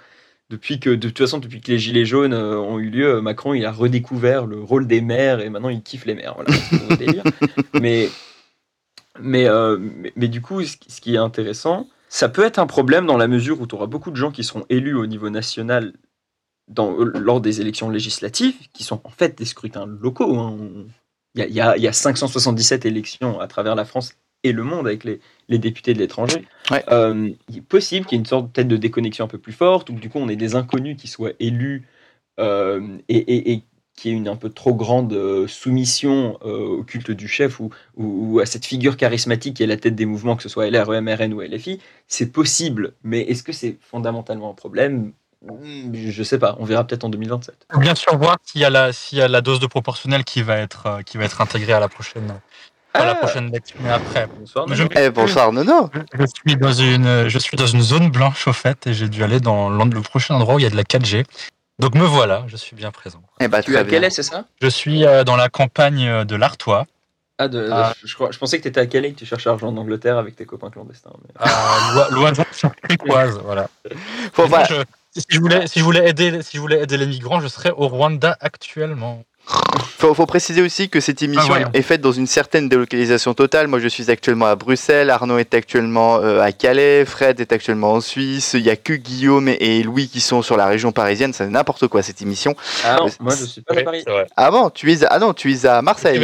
depuis que, de toute façon, depuis que les Gilets jaunes euh, ont eu lieu, Macron, il a redécouvert le rôle des maires et maintenant il kiffe les maires. Voilà, c'est un nouveau délire. mais, mais, euh, mais, mais du coup, ce qui, ce qui est intéressant, ça peut être un problème dans la mesure où tu auras beaucoup de gens qui seront élus au niveau national dans, lors des élections législatives, qui sont en fait des scrutins locaux. Hein. Il y a, il y a, il y a cinq cent soixante-dix-sept élections à travers la France et le monde avec les, les députés de l'étranger. Ouais. Euh, il est possible qu'il y ait une sorte peut-être de déconnexion un peu plus forte, ou que du coup on ait des inconnus qui soient élus euh, et, et, et qu'il y ait une un peu trop grande euh, soumission euh, au culte du chef ou, ou, ou à cette figure charismatique qui est la tête des mouvements, que ce soit L R, E M, R N ou L F I. C'est possible, mais est-ce que c'est fondamentalement un problème ? Je sais pas, on verra peut-être en deux mille vingt-sept. Bien sûr, voir s'il y a la, s'il y a la dose de proportionnel qui va être, euh, qui va être intégrée à la prochaine, ah. à la prochaine lecture, mais après. Bonsoir, je, eh, bonsoir Nono. Je, je suis dans une, je suis dans une zone blanche au fait, et j'ai dû aller dans le prochain endroit où il y a de la quatre G. Donc me voilà, je suis bien présent. Eh bah, tu es à Calais, c'est ça ? Je suis euh, dans la campagne de l'Artois. Ah, de, ah. Je, je, crois, je pensais que tu étais à Calais et que tu cherchais à rejoindre l'Angleterre avec tes copains clandestins. Mais... Ah, l'oiseau sur Cricoise, voilà. Faut moi, je, si, je voulais, si, je voulais aider, si je voulais aider les migrants, je serais au Rwanda actuellement. Faut, faut préciser aussi que cette émission ah, est faite dans une certaine délocalisation totale. Moi, je suis actuellement à Bruxelles, Arnaud est actuellement euh, à Calais, Fred est actuellement en Suisse. Il n'y a que Guillaume et Louis qui sont sur la région parisienne. C'est n'importe quoi cette émission. Ah non, euh, moi je suis pas à Paris. Ah bon, tu es à, ah non, tu es à Marseille.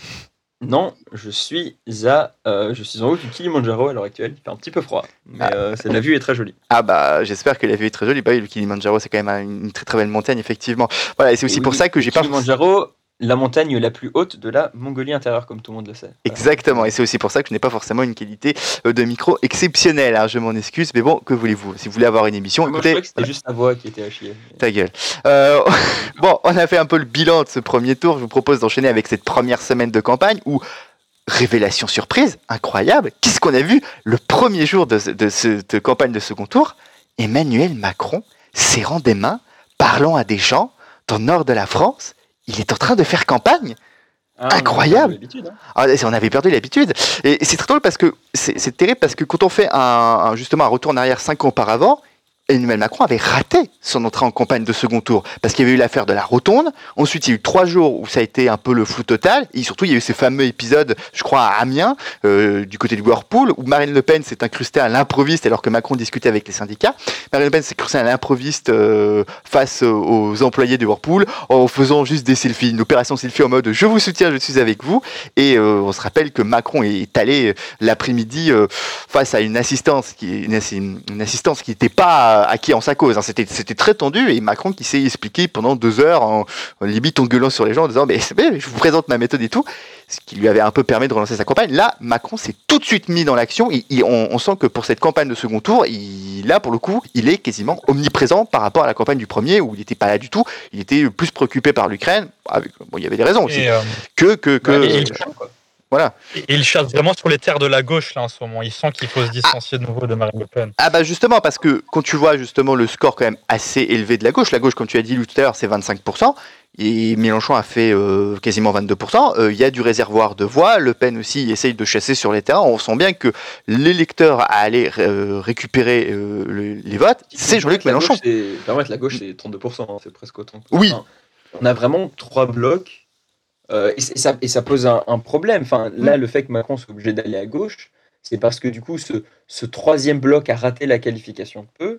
Non, je suis à, euh, je suis en haut du Kilimandjaro à l'heure actuelle. Il fait un petit peu froid, mais ah. euh, c'est, la vue est très jolie. Ah bah j'espère que la vue est très jolie. Bah oui, le Kilimandjaro c'est quand même une très très belle montagne effectivement. Voilà, et c'est aussi et pour oui, ça que j'ai pas. Kilimandjaro, la montagne la plus haute de la Mongolie intérieure, comme tout le monde le sait. Exactement, et c'est aussi pour ça que je n'ai pas forcément une qualité de micro exceptionnelle. Hein. Je m'en excuse, mais bon, que voulez-vous ? Si vous voulez avoir une émission, Moi, écoutez. Je crois que c'était voilà. juste ta voix qui était à chier. Ta gueule. Euh, bon, on a fait un peu le bilan de ce premier tour. Je vous propose d'enchaîner avec cette première semaine de campagne où. Révélation surprise, incroyable. Qu'est-ce qu'on a vu le premier jour de, de cette campagne de second tour ? Emmanuel Macron serrant des mains, parlant à des gens dans le nord de la France. Il est en train de faire campagne. Ah, incroyable. On, hein. ah, on avait perdu l'habitude. Et c'est très drôle parce que c'est, c'est terrible parce que quand on fait un, un, justement un retour en arrière cinq ans auparavant, Emmanuel Macron avait raté son entrée en campagne de second tour parce qu'il y avait eu l'affaire de la rotonde. Ensuite, il y a eu trois jours où ça a été un peu le flou total. Et surtout, il y a eu ces fameux épisodes, je crois, à Amiens, euh, du côté du Whirlpool, où Marine Le Pen s'est incrustée à l'improviste alors que Macron discutait avec les syndicats. Marine Le Pen s'est incrustée à l'improviste euh, face aux employés du Whirlpool en faisant juste des selfies, une opération selfie en mode « je vous soutiens, je suis avec vous ». Et euh, on se rappelle que Macron est allé l'après-midi euh, face à une assistance qui, une, une assistance qui n'était pas acquis en sa cause. Hein. C'était, c'était très tendu et Macron qui s'est expliqué pendant deux heures en, en limite en gueulant sur les gens en disant mais, mais je vous présente ma méthode et tout, ce qui lui avait un peu permis de relancer sa campagne. Là, Macron s'est tout de suite mis dans l'action. Il, il, on, on sent que pour cette campagne de second tour, il, là pour le coup, il est quasiment omniprésent par rapport à la campagne du premier où il n'était pas là du tout. Il était plus préoccupé par l'Ukraine. Avec, bon, il y avait des raisons aussi. Et euh... Que que que. Ouais, et il chante, quoi. Voilà. Et il chasse vraiment sur les terres de la gauche là en ce moment. Il sent qu'il faut se distancier ah. de nouveau de Marine Le Pen. Ah bah justement parce que quand tu vois justement le score quand même assez élevé de la gauche, la gauche comme tu as dit tout à l'heure c'est vingt-cinq pour cent et Mélenchon a fait euh, quasiment vingt-deux pour cent. Il euh, y a du réservoir de voix. Le Pen aussi essaye de chasser sur les terrains. On sent bien que l'électeur à aller euh, récupérer euh, le, les votes, c'est Jean-Luc Mélenchon. Permettre la gauche c'est trente-deux pour cent, hein, c'est presque autant. Oui. Enfin, on a vraiment trois blocs. Euh, et, ça, et ça pose un, un problème. Enfin, là, le fait que Macron soit obligé d'aller à gauche, c'est parce que du coup, ce, ce troisième bloc a raté la qualification de peu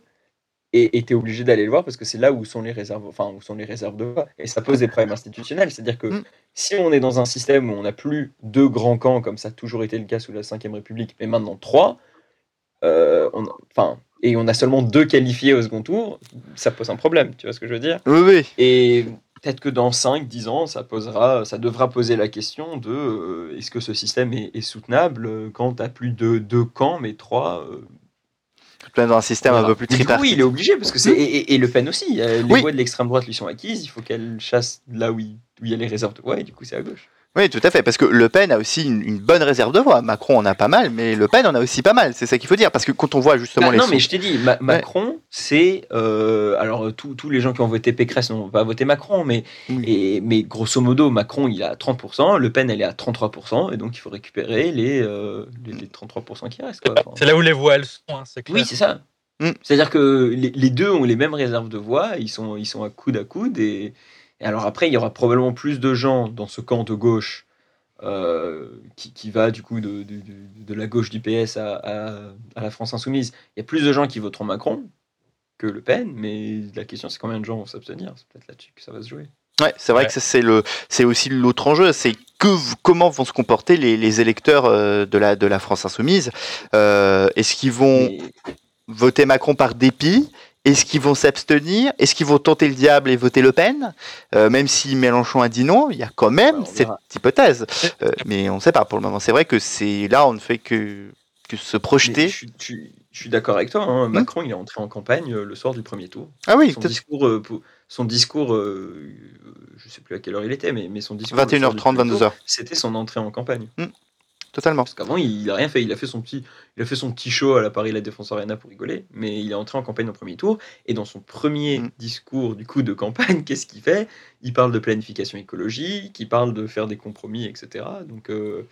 et était obligé d'aller le voir parce que c'est là où sont les réserves, enfin, où sont les réserves de voix. Et ça pose des problèmes institutionnels. C'est-à-dire que mm. si on est dans un système où on n'a plus deux grands camps, comme ça a toujours été le cas sous la cinquième République, mais maintenant trois, euh, on, enfin, et on a seulement deux qualifiés au second tour, ça pose un problème. Tu vois ce que je veux dire ? Oui, oui. Et peut-être que dans cinq dix ans, ça, posera, ça devra poser la question de euh, est-ce que ce système est, est soutenable quand tu n'as plus de deux camps, mais trois euh... Plein dans un système voilà. un peu plus tripartite. Oui, il est obligé, parce que c'est. Et, et, et Le Pen aussi. Les oui. voix de l'extrême droite lui sont acquises, il faut qu'elle chasse là où il, où il y a les réserves de voix, et du coup, c'est à gauche. Oui, tout à fait, parce que Le Pen a aussi une, une bonne réserve de voix. Macron en a pas mal, mais Le Pen en a aussi pas mal. C'est ça qu'il faut dire, parce que quand on voit justement bah, les. Non, sons... mais je t'ai dit, Ma- Macron, ouais. c'est euh, alors tous les gens qui ont voté Pécresse n'ont pas voté Macron, mais oui. et, mais grosso modo, Macron il est à trente pour cent, Le Pen elle est à trente-trois pour cent, et donc il faut récupérer les, euh, les, les trente-trois pour cent qui restent. Quoi. Enfin, c'est là où les voix elles sont, hein, c'est clair. Oui, c'est ça. Mm. C'est-à-dire que les, les deux ont les mêmes réserves de voix, ils sont, ils sont à coude à coude. Et, et alors après, il y aura probablement plus de gens dans ce camp de gauche euh, qui, qui va du coup de, de, de, de la gauche du P S à, à, à la France Insoumise. Il y a plus de gens qui voteront Macron que Le Pen, mais la question c'est combien de gens vont s'abstenir. C'est peut-être là-dessus que ça va se jouer. Ouais, c'est vrai Ouais. que ça, c'est le, c'est aussi l'autre enjeu, c'est que comment vont se comporter les, les électeurs euh, de la de la France Insoumise. Euh, est-ce qu'ils vont Mais- voter Macron par dépit? Est-ce qu'ils vont s'abstenir? Est-ce qu'ils vont tenter le diable et voter Le Pen? Euh, Même si Mélenchon a dit non, il y a quand même Ouais, on cette verra. hypothèse. Euh, mais on ne sait pas pour le moment. C'est vrai que c'est là, on ne fait que que se Mais projeter. je, suis- je suis- je suis d'accord avec toi. hein. Macron, il est entré en campagne euh, le soir du premier tour. Ah oui, Son tout- discours, euh, pour- son discours, euh, je sais plus à quelle heure il était, mais, mais son discours. le vingt et une soir heures du trente, premier tour, vingt-deux heures. C'était son entrée en campagne. Totalement. Parce qu'avant, il, il a rien fait. Il a fait son petit, il a fait son petit show à la Paris La Défense Arena pour rigoler, mais il est entré en campagne au premier tour. Et dans son premier Mm. discours du coup de campagne, qu'est-ce qu'il fait? Il parle de planification écologique, il parle de faire des compromis, et cetera. Donc euh,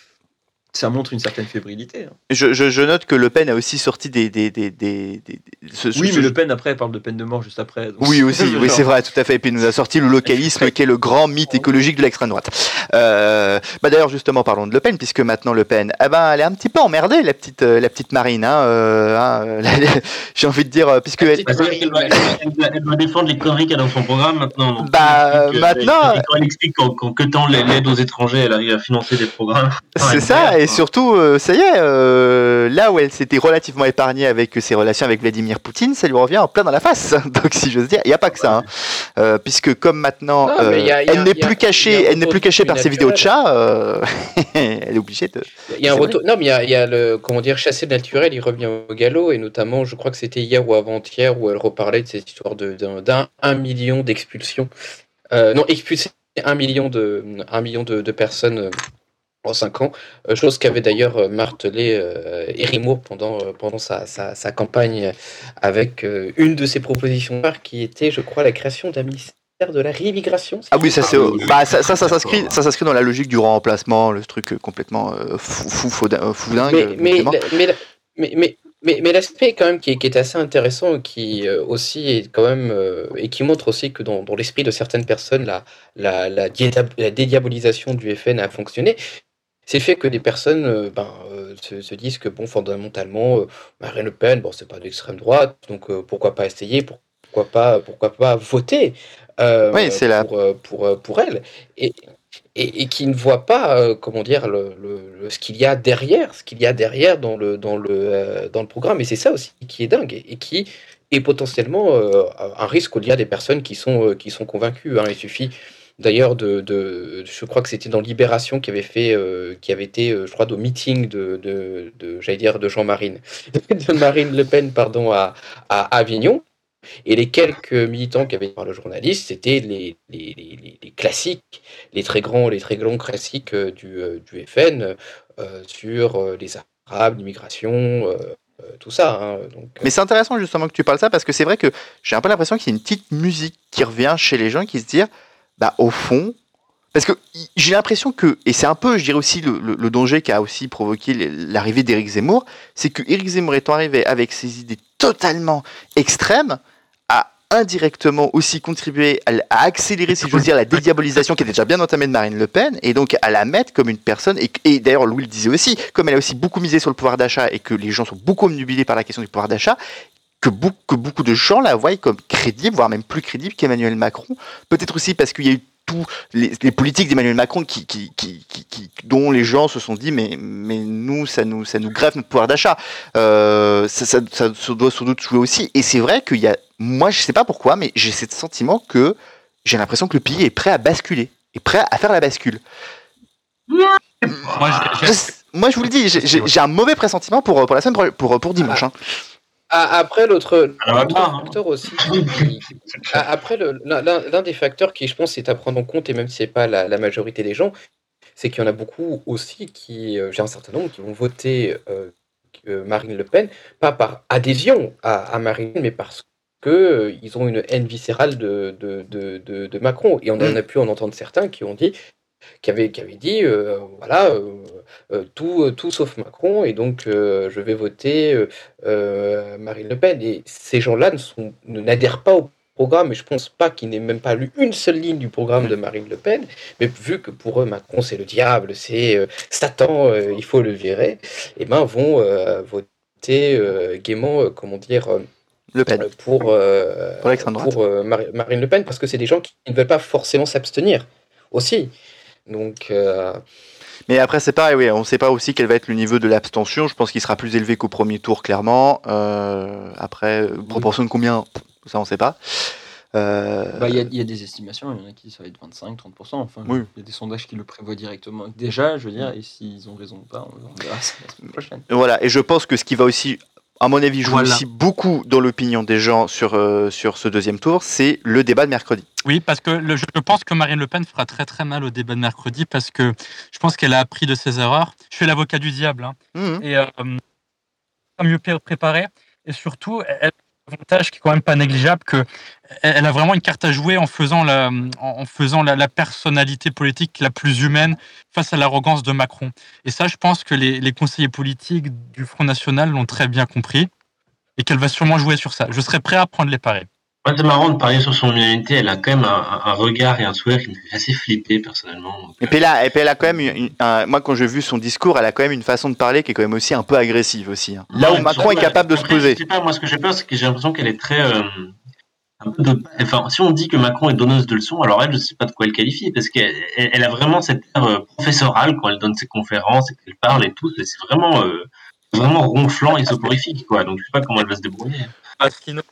ça montre une certaine fébrilité. hein. Je, je, je note que Le Pen a aussi sorti des des des des, des- des- ce- ce- Oui, ce- mais Le Pen après parle de peine de mort juste après. donc Oui c'est- aussi, oui genre- c'est vrai, tout à fait. Et puis il nous a sorti le localisme qui est le grand mythe écologique de l'extrême droite. Euh, bah d'ailleurs justement parlons de Le Pen puisque maintenant Le Pen, ah ben elle est un petit peu emmerdée la petite euh, la petite Marine. Hein, euh, hein, euh, j'ai envie de dire euh, puisque elle, Bah, c'est vrai qu'elle doit, elle doit- elle doit défendre les conneries qu'il y a dans son programme maintenant. Donc, Bah, elle explique, euh, maintenant- elle- quand elle explique qu'en qu'en que tant l'aide aux étrangers, elle arrive à financer des programmes. c'est ça, et surtout, euh, ça y est, euh, là où elle s'était relativement épargnée avec ses relations avec Vladimir Poutine, ça lui revient en plein dans la face. Donc, si j'ose dire, il n'y a pas que ça. Hein. Euh, puisque comme maintenant, Non, mais euh, il y a- il y a- elle n'est il y a- plus il y a cachée, un elle n'est plus retour cachée par ses vidéos de naturel. chat, euh, elle est obligée de... Il y a un C'est retour. Non, mais il y a, il y a le comment dire chassé naturel, il revient au galop et notamment, je crois que c'était hier ou avant-hier où elle reparlait de cette histoire de d'un d'un un million d'expulsions. Euh, non, expulser un million de un million de, de personnes euh, en cinq ans, euh, chose qu'avait d'ailleurs euh, martelé euh, Éric Zemmour pendant euh, pendant sa, sa, sa campagne avec euh, une de ses propositions phares qui était, je crois, la création d'un ministère de la réimmigration. Ah oui, ça c'est, Ah, bah ça, ça, ça s'inscrit, ça s'inscrit dans la logique du remplacement, le truc complètement euh, fou, fou, fou, fou dingue. mais, mais, évidemment. mais, mais, mais, mais, mais l'aspect quand même qui est, qui est assez intéressant, qui euh, aussi est quand même euh, et qui montre aussi que dans, dans l'esprit de certaines personnes, la, la, la, diéda- la dédiabolisation du F N a fonctionné. C'est le fait que des personnes euh, ben, euh, se, se disent que bon, fondamentalement, euh, Marine Le Pen, bon, c'est pas d'extrême droite, donc euh, pourquoi pas essayer, pourquoi pas, pourquoi pas voter euh, Oui, c'est la- pour, euh, pour, euh, pour elle. Et, et, et qui ne voit pas, euh, comment dire, le, le- le- ce qu'il y a derrière, ce qu'il y a derrière dans le, dans le, euh, dans le programme. Et c'est ça aussi qui est dingue et, et qui est potentiellement euh, un risque au-delà des personnes qui sont, euh, qui sont convaincues. hein. Il suffit d'ailleurs de, de, je crois que c'était dans Libération qui avait fait, euh, qui avait été, euh, je crois, au meeting de, de, de j'allais dire, de Jean-Marine, de Marine Le Pen, pardon, à, à Avignon. Et les quelques militants qui avaient par le journaliste, c'était les, les, les, les- les classiques, les très grands, les très grands classiques euh, du, euh, du F N euh, sur euh, les Arabes, l'immigration, euh, euh, tout ça. hein. Donc, euh, Mais c'est intéressant justement que tu parles ça parce que c'est vrai que j'ai un peu l'impression qu'il y a une petite musique qui revient chez les gens qui se disent, bah au fond, parce que y- j'ai l'impression que, et c'est un peu, je dirais aussi, le, le- le danger qui a aussi provoqué l- l'arrivée d'Éric Zemmour, c'est que Éric Zemmour étant arrivé avec ses idées totalement extrêmes, a indirectement aussi contribué à, l- à accélérer, si j'ose dire, la dédiabolisation qui était déjà bien entamée de Marine Le Pen, et donc à la mettre comme une personne, et, et d'ailleurs Louis le disait aussi, comme elle a aussi beaucoup misé sur le pouvoir d'achat, et que les gens sont beaucoup omnubilés par la question du pouvoir d'achat, que beaucoup, que beaucoup de gens la voient comme crédible, voire même plus crédible qu'Emmanuel Macron. Peut-être aussi parce qu'il y a eu tous les, les politiques d'Emmanuel Macron qui, qui, qui, qui, qui- dont les gens se sont dit mais, mais nous, ça nous, ça nous grève notre pouvoir d'achat. Euh, ça, ça, ça, ça doit sans doute jouer aussi. Et c'est vrai qu'il y a, moi je sais pas pourquoi, mais j'ai ce sentiment que j'ai l'impression que le pays est prêt à basculer, est prêt à faire la bascule. Moi, j'ai- Je, moi je vous le dis, j'ai- j'ai j'ai un mauvais pressentiment pour, pour la semaine, pro- pour, pour dimanche. Hein. Ah, après, l'autre Ça va l'autre pas, hein. facteur aussi, qui- ah, après, le- l'un l'un- l'un des facteurs qui, je pense, est à prendre en compte, et même si c'est pas la, la majorité des gens, c'est qu'il y en a beaucoup aussi qui, euh, j'ai un certain nombre, qui vont voter euh, euh, Marine Le Pen, pas par adhésion à, à Marine, mais parce que euh, ils ont une haine viscérale de, de, de, de, de Macron. Et on en Mm. a pu en entendre certains qui ont dit qui avait, qui avait dit euh, voilà, euh, euh, tout, euh, tout sauf Macron, et donc euh, je vais voter euh, euh, Marine Le Pen. Et ces gens-là ne sont, ne- n'adhèrent pas au programme, et je pense pas qu'ils n'aient même pas lu une seule ligne du programme de Marine Le Pen, mais vu que pour eux, Macron, c'est le diable, c'est euh, Satan, euh, il faut le virer, et ben vont euh, voter euh, gaiement, euh, comment dire, euh, Le Pen. pour, euh, Pour l'extrême droite. pour euh, Mar- Marine Le Pen, parce que c'est des gens qui ne veulent pas forcément s'abstenir aussi. Donc, euh, Mais après, c'est pareil, oui, on ne sait pas aussi quel va être le niveau de l'abstention. Je pense qu'il sera plus élevé qu'au premier tour, clairement. Euh, après, euh, proportion de combien, ça, on ne sait pas. Euh, Bah, il y, a- il y a des estimations, il y en a qui ça va être vingt-cinq trente pour cent. Enfin, Oui. il y a des sondages qui le prévoient directement. Déjà, je veux dire, et s'ils ont raison ou pas, on on verra ça la semaine prochaine. Voilà, et je pense que ce qui va aussi, à mon avis, jouer Voilà. aussi beaucoup dans l'opinion des gens sur, euh, sur ce deuxième tour, c'est le débat de mercredi. Oui, parce que le- je pense que Marine Le Pen fera très très mal au débat de mercredi parce que je pense qu'elle a appris de ses erreurs. Je suis l'avocat du diable. Hein. Mmh. Et euh, pas mieux pré- préparée. Et surtout, elle a un avantage qui est quand même pas négligeable, que elle elle a vraiment une carte à jouer en faisant la, en en faisant la, la personnalité politique la plus humaine face à l'arrogance de Macron. Et ça, je pense que les, les conseillers politiques du Front National l'ont très bien compris et qu'elle va sûrement jouer sur ça. Je serais prêt à prendre les paris. Ouais, c'est marrant de parier sur son humanité. Elle a quand même un, un regard et un sourire qui me fait assez flipper, personnellement. Donc, Et puis là, et puis elle a quand même, une- une- un- moi quand j'ai vu son discours, elle a quand même une façon de parler qui est quand même aussi un peu agressive aussi. Hein. Là où Ouais, Macron est ouais. capable de se Après, poser. Je sais pas, moi ce que j'ai peur, c'est que j'ai l'impression qu'elle est très. euh, un peu de- Enfin, si on dit que Macron est donneuse de leçons, alors elle, je sais pas de quoi elle qualifie, parce qu'elle elle, elle a vraiment cette air euh, professorale quand elle donne ses conférences et qu'elle parle et tout. C'est c'est vraiment, euh, vraiment ronflant et soporifique, quoi. Donc je sais pas comment elle va se débrouiller. Asselineau.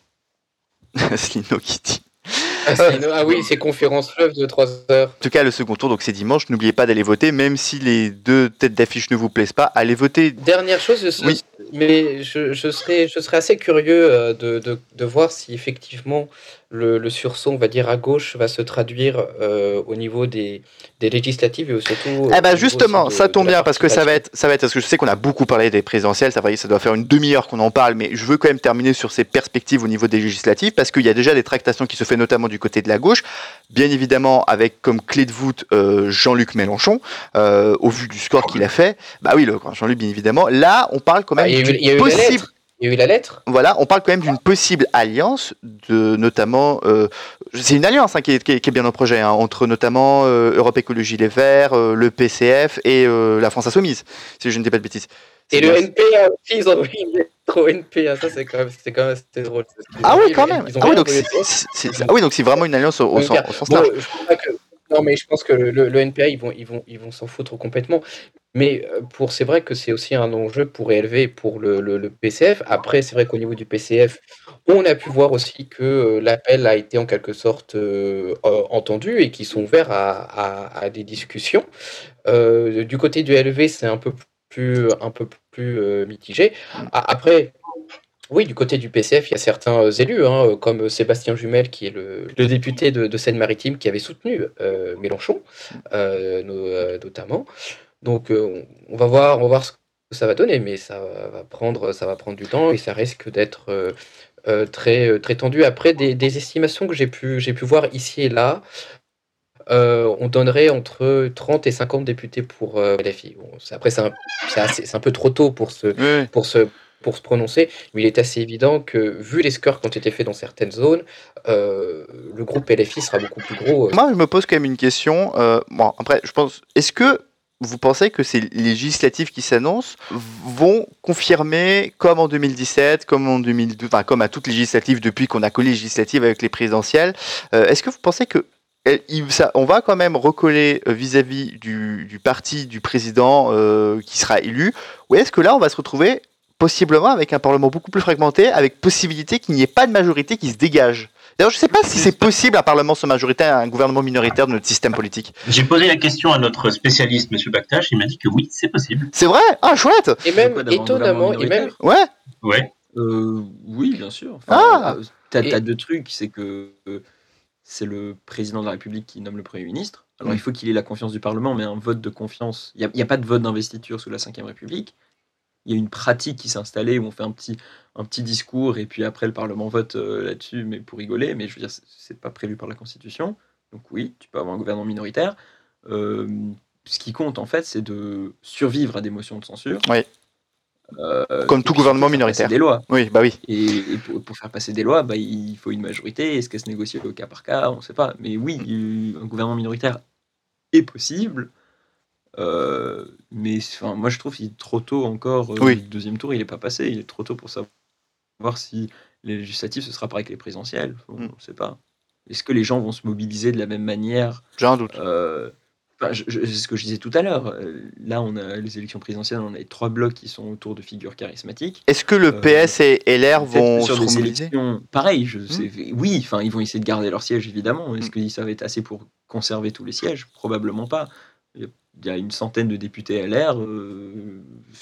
Asselineau qui dit. ah, c'est- ah oui, ces conférences fleuves de trois heures. En tout cas, le second tour, donc c'est dimanche. N'oubliez pas d'aller voter, même si les deux têtes d'affiche ne vous plaisent pas. Allez voter. Dernière chose, je, Oui. mais je, je, serais, je serais assez curieux euh, de, de, de voir si effectivement le, le sursaut, on va dire, à gauche va se traduire euh, au niveau des, des législatives et surtout. euh, Eh ben au niveau justement, aussi de- ça de tombe la bien parce que ça va participation. être, ça va être, parce que je sais qu'on a beaucoup parlé des présidentielles, ça va, ça doit faire une demi-heure qu'on en parle, mais je veux quand même terminer sur ces perspectives au niveau des législatives parce qu'il y a déjà des tractations qui se fait notamment du côté de la gauche, bien évidemment avec comme clé de voûte euh, Jean-Luc Mélenchon, euh, au vu du score qu'il a fait. Bah oui, le grand Jean-Luc, bien évidemment. Là, on parle quand même Ah, il y a eu- d'une il y a eu la possible. lettre. Il y a eu la lettre. Voilà, on parle quand même d'une possible alliance de notamment, euh, c'est une alliance hein, qui, est, qui, est, qui est bien au projet hein, entre notamment euh, Europe Écologie Les Verts, euh, le P C F et euh, la France Insoumise, si je ne dis pas de bêtises. C'est Et le bien. N P A aussi, ils ont envoyé une lettre au N P A. Ça, c'est quand même, c'est quand même assez drôle. Parce qu'ils Ah ont oui, envoyé quand le- même. ils ont Ah oui, rien donc envoyé c'est, au c'est- c'est- ah oui, donc c'est vraiment une alliance au, au sens, au sens Bon, large. je pense pas que- non, mais je pense que le, le N P A, ils vont, ils vont, ils vont s'en foutre complètement. Mais euh, pour, c'est vrai que c'est aussi un enjeu pour élever pour le, le, le P C F. Après, c'est vrai qu'au niveau du P C F, on a pu voir aussi que euh, l'appel a été en quelque sorte euh, euh, entendu et qu'ils sont ouverts à, à, à des discussions. Euh, du côté du L V, c'est un peu plus, un peu plus euh, mitigé. A- Après, oui, du côté du P C F, il y a certains euh, élus, hein, euh, comme Sébastien Jumel, qui est le, le député de, de Seine-Maritime, qui avait soutenu euh, Mélenchon, euh, no- euh, notamment. Donc, euh, on on va voir, on va voir ce que ça va donner, mais ça va prendre, ça va prendre du temps et ça risque d'être euh, euh, très, euh, très tendu. Après, des, des estimations que j'ai pu, j'ai pu voir ici et là, euh, on donnerait entre trente et cinquante députés pour euh, L F I. Bon, c'est- après, c'est un, c'est assez- c'est un peu trop tôt pour se, Oui. pour se, pour se prononcer, mais il est assez évident que, vu les scores qui ont été faits dans certaines zones, euh, le groupe L F I sera beaucoup plus gros. euh. Moi, je me pose quand même une question. Euh, bon, après, je pense, est-ce que vous pensez que ces législatives qui s'annoncent vont confirmer, comme en deux mille dix-sept, comme en deux mille douze, enfin, comme à toutes les législatives depuis qu'on a collé les législatives avec les présidentielles, euh, est-ce que vous pensez que elle- il- ça, on va quand même recoller euh, vis-à-vis du, du parti du président euh, qui sera élu, ou est-ce que là, on va se retrouver possiblement avec un parlement beaucoup plus fragmenté, avec possibilité qu'il n'y ait pas de majorité qui se dégage? D'ailleurs, je ne sais pas si c'est possible un parlement sans majorité, un gouvernement minoritaire de notre système politique. J'ai posé la question à notre spécialiste, M. Baktash, il m'a dit que oui, c'est possible. C'est vrai? Ah, chouette! Et même, étonnamment, et même, Ouais. Ouais. Euh, oui, bien sûr. Enfin, Ah euh, t'as, Et- t'as deux trucs, c'est que euh, c'est le président de la République qui nomme le Premier ministre. Alors Mm. il faut qu'il ait la confiance du Parlement, mais un vote de confiance, il n'y a, a pas de vote d'investiture sous la cinquième République. Il y a une pratique qui s'est installée où on fait un petit, un petit discours et puis après le Parlement vote euh, là-dessus, mais pour rigoler. Mais je veux dire, c'est, c'est pas prévu par la Constitution. Donc oui, tu peux avoir un gouvernement minoritaire. euh, ce qui compte en fait, c'est de survivre à des motions de censure. Oui. Euh, Comme tout puis gouvernement surtout faire passer minoritaire. Des lois. Oui, bah oui. Et, et pour, pour faire passer des lois, bah, il faut une majorité. Est-ce qu'elle se négocie au cas par cas? On ne sait pas. Mais oui, un gouvernement minoritaire est possible. Euh, mais enfin, moi, je trouve qu'il est trop tôt encore. Euh, Oui. Le deuxième tour, il n'est pas passé. Il est trop tôt pour savoir si les législatives, ce sera pareil que les présidentielles. On ne sait pas. Est-ce que les gens vont se mobiliser de la même manière? J'ai un doute. Euh, Enfin, je, je, c'est ce que je disais tout à l'heure. Euh, Là, on a les élections présidentielles, on a les trois blocs qui sont autour de figures charismatiques. Est-ce que le Euh, P S et L R peut-être vont que sur se des remobiliser? élections, pareil, je sais, oui, enfin, ils vont essayer de garder leur siège évidemment. Est-ce que ça va être assez pour conserver tous les sièges? Probablement pas. Il y a- il y a une centaine de députés L R. euh,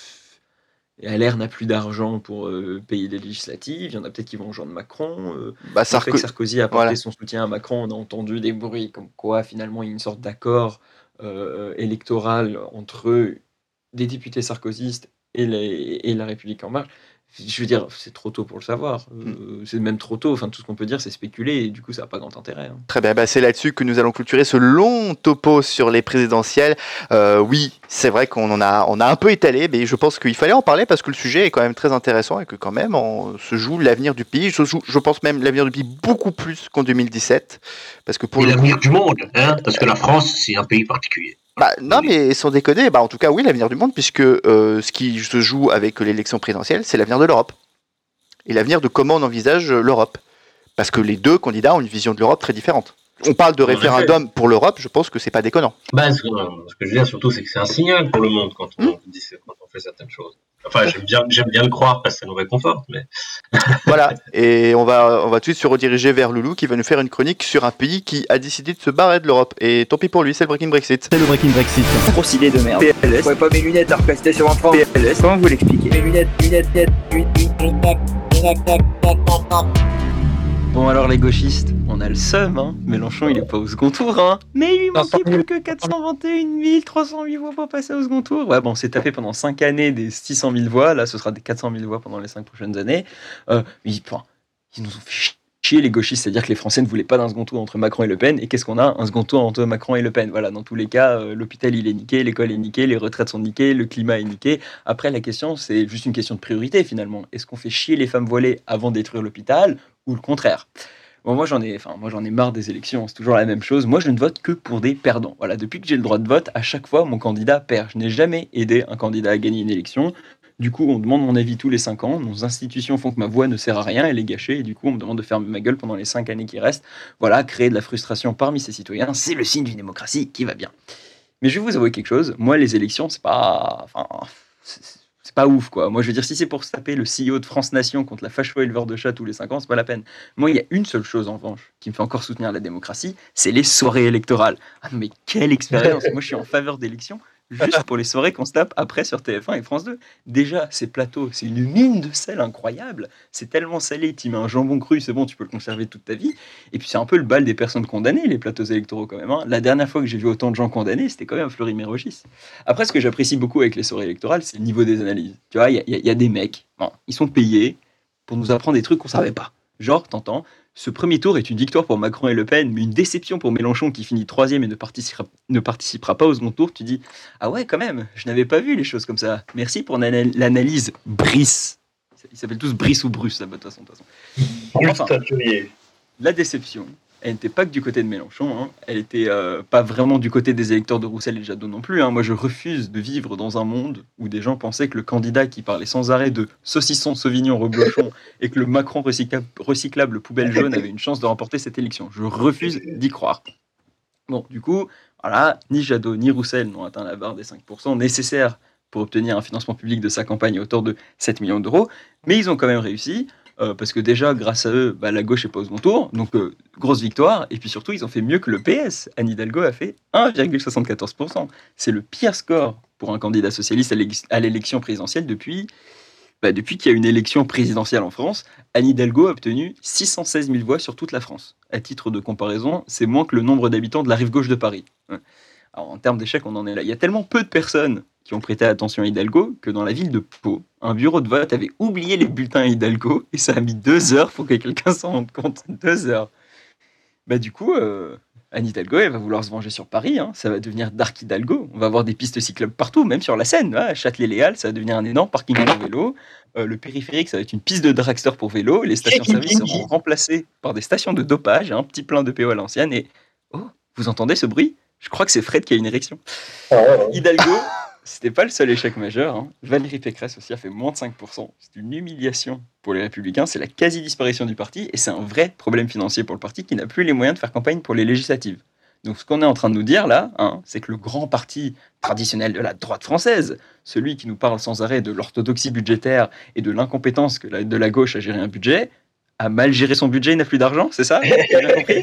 et L R n'a plus d'argent pour euh, payer les législatives. Il y en a peut-être qui vont rejoindre Macron. euh, Bah, le fait Sarko- que Sarkozy a apporté voilà. son soutien à Macron, on a entendu des bruits comme quoi finalement il y a une sorte d'accord euh, électoral entre des députés sarkozystes et, les- et la République en marche. Je veux dire, c'est trop tôt pour le savoir. Euh, c'est même trop tôt. Enfin, tout ce qu'on peut dire, c'est spéculer. Et du coup, ça n'a pas grand intérêt. hein. Très bien, bah c'est là-dessus que nous allons clôturer ce long topo sur les présidentielles. Euh, oui, c'est vrai qu'on en a, on a un peu étalé, mais je pense qu'il fallait en parler parce que le sujet est quand même très intéressant et que quand même on se joue l'avenir du pays. Je, joue- je pense même l'avenir du pays beaucoup plus qu'en deux mille dix-sept, parce que pour Et le coup- l'avenir du monde, hein, parce que la France, c'est un pays particulier. Bah, non, mais sans déconner, bah, en tout cas, oui, l'avenir du monde, puisque euh, ce qui se joue avec l'élection présidentielle, c'est l'avenir de l'Europe. Et l'avenir de comment on envisage euh, l'Europe. Parce que les deux candidats ont une vision de l'Europe très différente. On parle de En référendum pour l'Europe, je pense que c'est pas déconnant. Bah, ce, que, ce que je veux dire surtout, c'est que c'est un signal pour le monde quand on, dit, quand on fait certaines choses. Enfin, j'aime bien, j'aime bien le croire parce que ça nous réconforte, mais. Voilà, et on va, on va tout de suite se rediriger vers Loulou qui va nous faire une chronique sur un pays qui a décidé de se barrer de l'Europe. Et tant pis pour lui, c'est le Breaking Brexit. C'est le Breaking Brexit. Grosse idée de merde. P L S. Ouais, pas mes lunettes à recasser sur un franc. P L S. Comment vous l'expliquez? Mes lunettes, lunettes, lunettes, lunettes, lunettes, lunettes, lunettes. Bon, alors, les gauchistes, on a le seum. Hein. Mélenchon, il est pas au second tour. Hein. Mais il lui manquait plus que quatre cent vingt et un mille trois cent huit voix pour passer au second tour. Ouais, bon, on s'est tapé pendant cinq années des six cent mille voix. Là, ce sera des quatre cent mille voix pendant les cinq prochaines années. Euh, ils, enfin, ils nous ont fait chier, les gauchistes. C'est-à-dire que les Français ne voulaient pas d'un second tour entre Macron et Le Pen. Et qu'est-ce qu'on a? Un second tour entre Macron et Le Pen. Voilà, dans tous les cas, euh, l'hôpital, il est niqué, l'école est niquée, les retraites sont niquées, le climat est niqué. Après, la question, c'est juste une question de priorité, finalement. Est-ce qu'on fait chier les femmes voilées avant de détruire l'hôpital ou le contraire? Bon, moi j'en ai, enfin moi j'en ai marre des élections, c'est toujours la même chose. Moi je ne vote que pour des perdants. Voilà, depuis que j'ai le droit de vote, à chaque fois mon candidat perd. Je n'ai jamais aidé un candidat à gagner une élection. Du coup, on demande mon avis tous les cinq ans. Nos institutions font que ma voix ne sert à rien, elle est gâchée. Et du coup, on me demande de fermer ma gueule pendant les cinq années qui restent. Voilà, créer de la frustration parmi ces citoyens, c'est le signe d'une démocratie qui va bien. Mais je vais vous avouer quelque chose. Moi, les élections, c'est pas, enfin, c'est, c'est pas ouf, quoi. Moi, je veux dire, si c'est pour se taper le C E O de France Nation contre la facho éleveur de chats tous les cinq ans, c'est pas la peine. Moi, il y a une seule chose, en revanche, qui me fait encore soutenir la démocratie, c'est les soirées électorales. Ah, mais quelle expérience! Moi, je suis en faveur d'élections, juste pour les soirées qu'on se tape après sur T F un et France deux. Déjà, ces plateaux, c'est une mine de sel incroyable. C'est tellement salé, tu mets un jambon cru, c'est bon, tu peux le conserver toute ta vie. Et puis, c'est un peu le bal des personnes condamnées, les plateaux électoraux, quand même. Hein. La dernière fois que j'ai vu autant de gens condamnés, c'était quand même Fleury-Mérogis. Après, ce que j'apprécie beaucoup avec les soirées électorales, c'est le niveau des analyses. Tu vois, il y, y, y a des mecs, bon, ils sont payés pour nous apprendre des trucs qu'on savait pas. Genre, t'entends, ce premier tour est une victoire pour Macron et Le Pen, mais une déception pour Mélenchon qui finit troisième et ne participera, ne participera pas au second tour. Tu dis, ah ouais, quand même, je n'avais pas vu les choses comme ça. Merci pour l'analyse Brice. Ils s'appellent tous Brice ou Bruce, là, de toute façon. De toute façon. Enfin, la déception, elle n'était pas que du côté de Mélenchon, hein. Elle n'était euh, pas vraiment du côté des électeurs de Roussel et Jadot non plus. Hein. Moi, je refuse de vivre dans un monde où des gens pensaient que le candidat qui parlait sans arrêt de saucisson, sauvignon, reblochon et que le Macron recyclable, recyclable poubelle jaune avait une chance de remporter cette élection. Je refuse d'y croire. Bon, du coup, voilà, ni Jadot ni Roussel n'ont atteint la barre des cinq pour cent nécessaires pour obtenir un financement public de sa campagne à hauteur de sept millions d'euros, mais ils ont quand même réussi. Euh, parce que déjà, grâce à eux, bah, la gauche est pas au second tour, donc euh, grosse victoire, et puis surtout, ils ont fait mieux que le P S. Anne Hidalgo a fait un virgule soixante-quatorze pour cent. C'est le pire score pour un candidat socialiste à l'élection présidentielle depuis, bah, depuis qu'il y a une élection présidentielle en France. Anne Hidalgo a obtenu six cent seize mille voix sur toute la France. À titre de comparaison, c'est moins que le nombre d'habitants de la rive gauche de Paris. Alors, en termes d'échecs, on en est là. Il y a tellement peu de personnes qui ont prêté attention à Hidalgo que dans la ville de Pau, un bureau de vote avait oublié les bulletins à Hidalgo et ça a mis deux heures pour que quelqu'un s'en rende compte. Deux heures. Bah, du coup, euh, Anne Hidalgo, elle va vouloir se venger sur Paris, hein. Ça va devenir Dark Hidalgo. On va avoir des pistes cyclables partout, même sur la Seine. Hein. Châtelet-Léal, ça va devenir un énorme parking pour vélo. Euh, le périphérique, ça va être une piste de dragster pour vélo. Les stations-service seront remplacées par des stations de dopage, un petit plein de P O à l'ancienne. Et oh, vous entendez ce bruit ? Je crois que c'est Fred qui a une érection. Hidalgo, c'était pas le seul échec majeur. Hein. Valérie Pécresse aussi a fait moins de cinq pour cent. C'est une humiliation pour les Républicains. C'est la quasi-disparition du parti et c'est un vrai problème financier pour le parti qui n'a plus les moyens de faire campagne pour les législatives. Donc ce qu'on est en train de nous dire là, hein, c'est que le grand parti traditionnel de la droite française, celui qui nous parle sans arrêt de l'orthodoxie budgétaire et de l'incompétence que la, de la gauche à gérer un budget, a mal géré son budget et n'a plus d'argent, c'est ça ? J'ai bien compris ?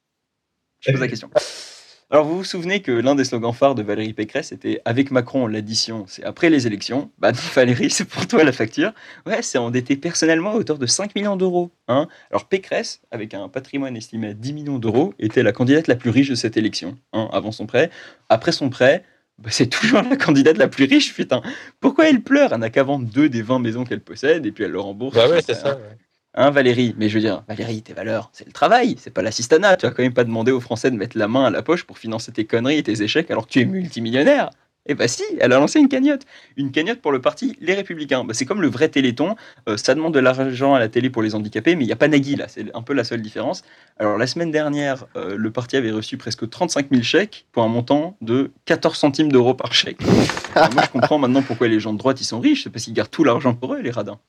Je pose la question. Alors, vous vous souvenez que l'un des slogans phares de Valérie Pécresse était « Avec Macron, l'addition, c'est après les élections ». Bah non, Valérie, c'est pour toi la facture. Ouais, c'est endetté personnellement à hauteur de cinq millions d'euros. Hein. Alors, Pécresse, avec un patrimoine estimé à dix millions d'euros, était la candidate la plus riche de cette élection, hein, avant son prêt. Après son prêt, bah, c'est toujours la candidate la plus riche, putain. Pourquoi elle pleure ? Elle n'a qu'à vendre deux des vingt maisons qu'elle possède, et puis elle le rembourse. Bah ouais, c'est ça, ouais. Hein, Valérie, mais je veux dire, Valérie, tes valeurs, c'est le travail, c'est pas l'assistanat. Tu vas quand même pas demander aux Français de mettre la main à la poche pour financer tes conneries et tes échecs alors que tu es multimillionnaire. Eh bah si, elle a lancé une cagnotte. Une cagnotte pour le parti Les Républicains. Bah, c'est comme le vrai Téléthon, euh, ça demande de l'argent à la télé pour les handicapés, mais il n'y a pas Nagui là, c'est un peu la seule différence. Alors la semaine dernière, euh, le parti avait reçu presque trente-cinq mille chèques pour un montant de quatorze centimes d'euros par chèque. Alors, moi je comprends maintenant pourquoi les gens de droite ils sont riches, c'est parce qu'ils gardent tout l'argent pour eux, les radins.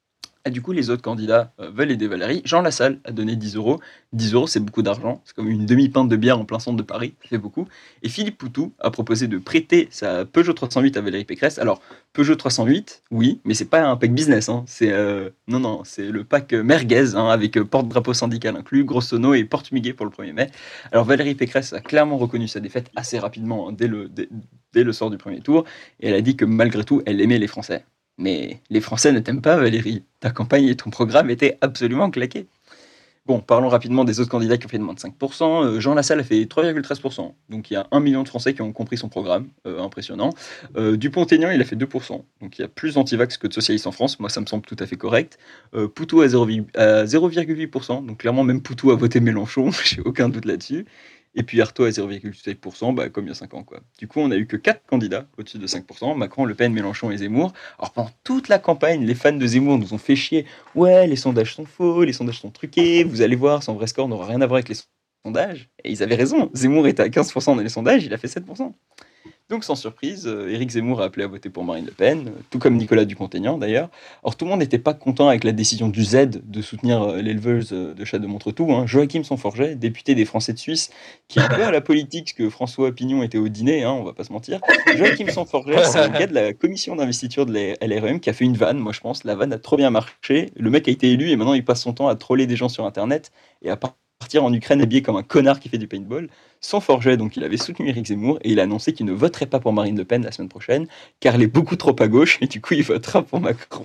Et du coup, les autres candidats euh, veulent aider Valérie. Jean Lassalle a donné dix euros. dix euros, c'est beaucoup d'argent. C'est comme une demi-pinte de bière en plein centre de Paris. Ça fait beaucoup. Et Philippe Poutou a proposé de prêter sa Peugeot trois cent huit à Valérie Pécresse. Alors, Peugeot trois cent huit, oui, mais c'est pas un pack business. Hein. C'est, euh, non, non, c'est le pack merguez, hein, avec euh, porte-drapeau syndical inclus, gros sono et porte-muguet pour le premier mai. Alors, Valérie Pécresse a clairement reconnu sa défaite assez rapidement, hein, dès, le, dès, dès le sort du premier tour. Et elle a dit que malgré tout, elle aimait les Français. Mais les Français ne t'aiment pas, Valérie. Ta campagne et ton programme étaient absolument claqués. Bon, parlons rapidement des autres candidats qui ont fait de moins de cinq pour cent. Euh, Jean Lassalle a fait trois virgule treize pour cent. Donc il y a un million de Français qui ont compris son programme. Euh, impressionnant. Euh, Dupont-Aignan, il a fait deux pour cent. Donc il y a plus d'antivax que de socialistes en France. Moi, ça me semble tout à fait correct. Euh, Poutou à zéro virgule huit pour cent. Donc clairement, même Poutou a voté Mélenchon. J'ai aucun doute là-dessus. Et puis Artaud à zéro virgule sept pour cent, bah, comme il y a cinq ans. Quoi. Du coup, on a eu que quatre candidats au-dessus de cinq pour cent, Macron, Le Pen, Mélenchon et Zemmour. Alors pendant toute la campagne, les fans de Zemmour nous ont fait chier. Ouais, les sondages sont faux, les sondages sont truqués, vous allez voir, son vrai score n'aura rien à voir avec les sondages. Et ils avaient raison, Zemmour était à quinze pour cent dans les sondages, il a fait sept pour cent. Donc sans surprise, euh, Éric Zemmour a appelé à voter pour Marine Le Pen, euh, tout comme Nicolas Dupont-Aignan d'ailleurs. Alors tout le monde n'était pas content avec la décision du Z de soutenir euh, l'éleveuse euh, de chats de Montretout. Hein. Joachim Sonforget, député des Français de Suisse, qui est un peu à la politique que François Pignon était au dîner, hein, on va pas se mentir. Joachim Sonforget, c'est un gars de la commission d'investiture de la L R E M qui a fait une vanne, moi je pense. La vanne a trop bien marché. Le mec a été élu et maintenant il passe son temps à troller des gens sur Internet et à partir en Ukraine habillé comme un connard qui fait du paintball. Sonforget, donc il avait soutenu Éric Zemmour et il a annoncé qu'il ne voterait pas pour Marine Le Pen la semaine prochaine car elle est beaucoup trop à gauche et du coup il votera pour Macron.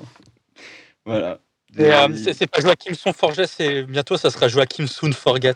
Voilà. Et, euh, c'est, c'est pas Joachim Sonforget, c'est bientôt ça sera Joachim Soon-Forget.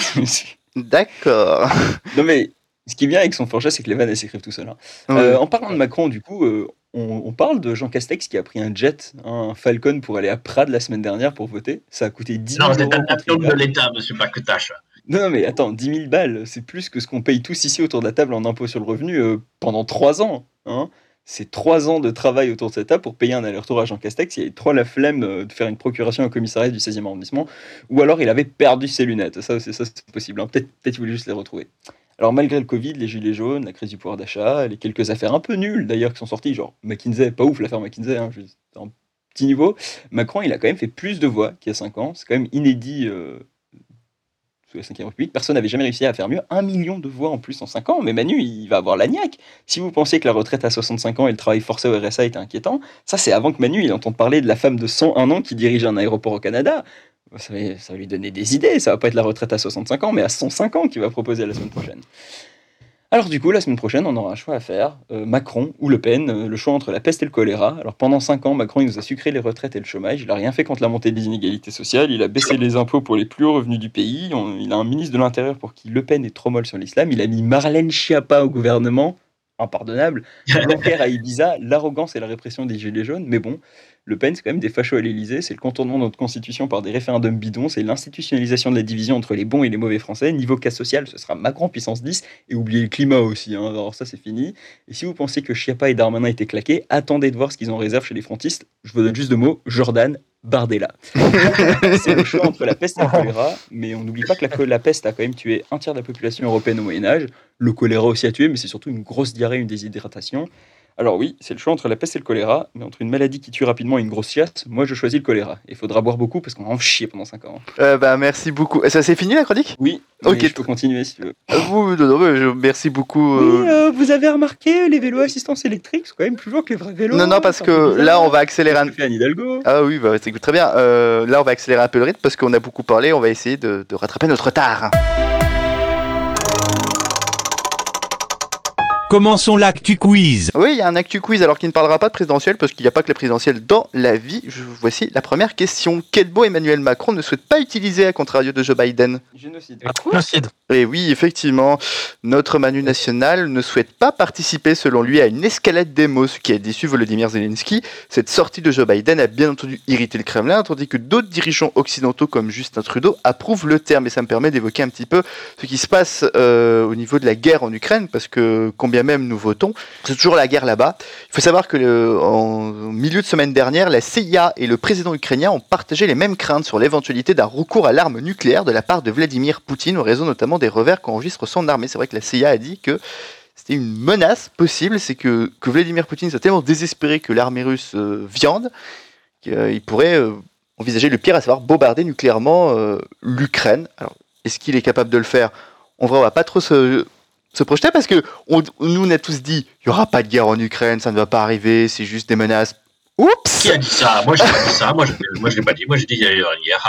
D'accord. Non mais ce qui est bien avec Sonforget, c'est que les vannes elles s'écrivent tout seuls. Hein. Oui. Euh, en parlant de Macron, du coup, euh, on, on parle de Jean Castex qui a pris un jet, un Falcon pour aller à Prades la semaine dernière pour voter. Ça a coûté dix mille euros. Non, c'est un avion de l'État, monsieur Paquetache. Non, non, mais attends, dix mille balles, c'est plus que ce qu'on paye tous ici autour de la table en impôt sur le revenu euh, pendant trois ans. Hein. C'est trois ans de travail autour de cette table pour payer un aller-retour à Jean Castex. Il avait trop la flemme euh, de faire une procuration au commissariat du seizième arrondissement. Ou alors il avait perdu ses lunettes. Ça, c'est, ça, c'est possible. Hein. Peut-être, peut-être qu'il voulait juste les retrouver. Alors malgré le Covid, les gilets jaunes, la crise du pouvoir d'achat, les quelques affaires un peu nulles d'ailleurs qui sont sorties, genre McKinsey, pas ouf l'affaire McKinsey, hein, juste un petit niveau, Macron il a quand même fait plus de voix qu'il y a cinq ans. C'est quand même inédit. Euh, sous la cinquième République, personne n'avait jamais réussi à faire mieux. Un million de voix en plus en cinq ans, mais Manu, il va avoir la niaque. Si vous pensiez que la retraite à soixante-cinq ans et le travail forcé au R S A était inquiétant, ça c'est avant que Manu il entende parler de la femme de cent un ans qui dirige un aéroport au Canada. Ça va, ça va lui donner des idées, ça va pas être la retraite à soixante-cinq ans, mais à cent cinq ans qu'il va proposer la semaine prochaine. Alors du coup, la semaine prochaine, on aura un choix à faire, euh, Macron ou Le Pen, euh, le choix entre la peste et le choléra. Alors pendant cinq ans, Macron il nous a sucré les retraites et le chômage, il n'a rien fait contre la montée des inégalités sociales, il a baissé les impôts pour les plus hauts revenus du pays, on, il a un ministre de l'Intérieur pour qui Le Pen est trop molle sur l'islam, il a mis Marlène Schiappa au gouvernement, impardonnable. Blanquer à Ibiza, l'arrogance et la répression des Gilets jaunes. Mais bon, Le Pen, c'est quand même des fachos à l'Élysée, c'est le contournement de notre constitution par des référendums bidons, c'est l'institutionnalisation de la division entre les bons et les mauvais Français. Niveau cas social, ce sera Macron puissance dix. Et oubliez le climat aussi, hein. Alors ça, c'est fini. Et si vous pensez que Schiappa et Darmanin étaient claqués, attendez de voir ce qu'ils ont en réserve chez les frontistes. Je vous donne juste deux mots, Jordan Bardella. C'est le choix entre la peste et le choléra, mais on n'oublie pas que la, la peste a quand même tué un tiers de la population européenne au Moyen-Âge. Le choléra aussi a tué, mais c'est surtout une grosse diarrhée, une déshydratation. Alors oui, c'est le choix entre la peste et le choléra, mais entre une maladie qui tue rapidement et une grosse chiasse, moi je choisis le choléra. Il faudra boire beaucoup parce qu'on va en chier pendant cinq ans. Euh, bah, merci beaucoup. Ça c'est fini la chronique ? Oui, ok. Je peux continuer si tu veux. Vous, non, non, je, merci beaucoup. Euh... Oui, euh, vous avez remarqué, les vélos assistance électrique, c'est quand même plus lourd que les vrais vélos. Non, non, parce que là on va accélérer un... Anne Hidalgo. Ah oui, bah, c'est très bien. Euh, là on va accélérer un peu le rythme parce qu'on a beaucoup parlé, on va essayer de, de rattraper notre retard. Commençons l'actu quiz. Oui, il y a un actu quiz alors qu'il ne parlera pas de présidentiel parce qu'il n'y a pas que la présidentielle dans la vie. Je, voici la première question. Quel mot Emmanuel Macron ne souhaite pas utiliser à contrario de Joe Biden ? Génocide. Génocide. Et oui, effectivement, notre Manu national ne souhaite pas participer selon lui à une escalade des mots, ce qui a déçu Volodymyr Zelensky. Cette sortie de Joe Biden a bien entendu irrité le Kremlin, tandis que d'autres dirigeants occidentaux comme Justin Trudeau approuvent le terme. Et ça me permet d'évoquer un petit peu ce qui se passe euh, au niveau de la guerre en Ukraine, parce que combien même nous votons, c'est toujours la guerre là-bas. Il faut savoir que le, en milieu de semaine dernière, la C I A et le président ukrainien ont partagé les mêmes craintes sur l'éventualité d'un recours à l'arme nucléaire de la part de Vladimir Poutine, au raison notamment des revers qu'enregistre son armée. C'est vrai que la C I A a dit que c'était une menace possible, c'est que, que Vladimir Poutine soit tellement désespéré que l'armée russe euh, viande, qu'il euh, pourrait euh, envisager le pire, à savoir bombarder nucléairement euh, l'Ukraine. Alors, est-ce qu'il est capable de le faire ? En vrai, on va pas trop se... se projeter parce que on, nous on a tous dit il n'y aura pas de guerre en Ukraine, ça ne va pas arriver, c'est juste des menaces. Oups. Qui a dit ça ? Moi j'ai pas dit ça, moi je, moi je l'ai pas dit, moi j'ai dit qu'il y avait une guerre.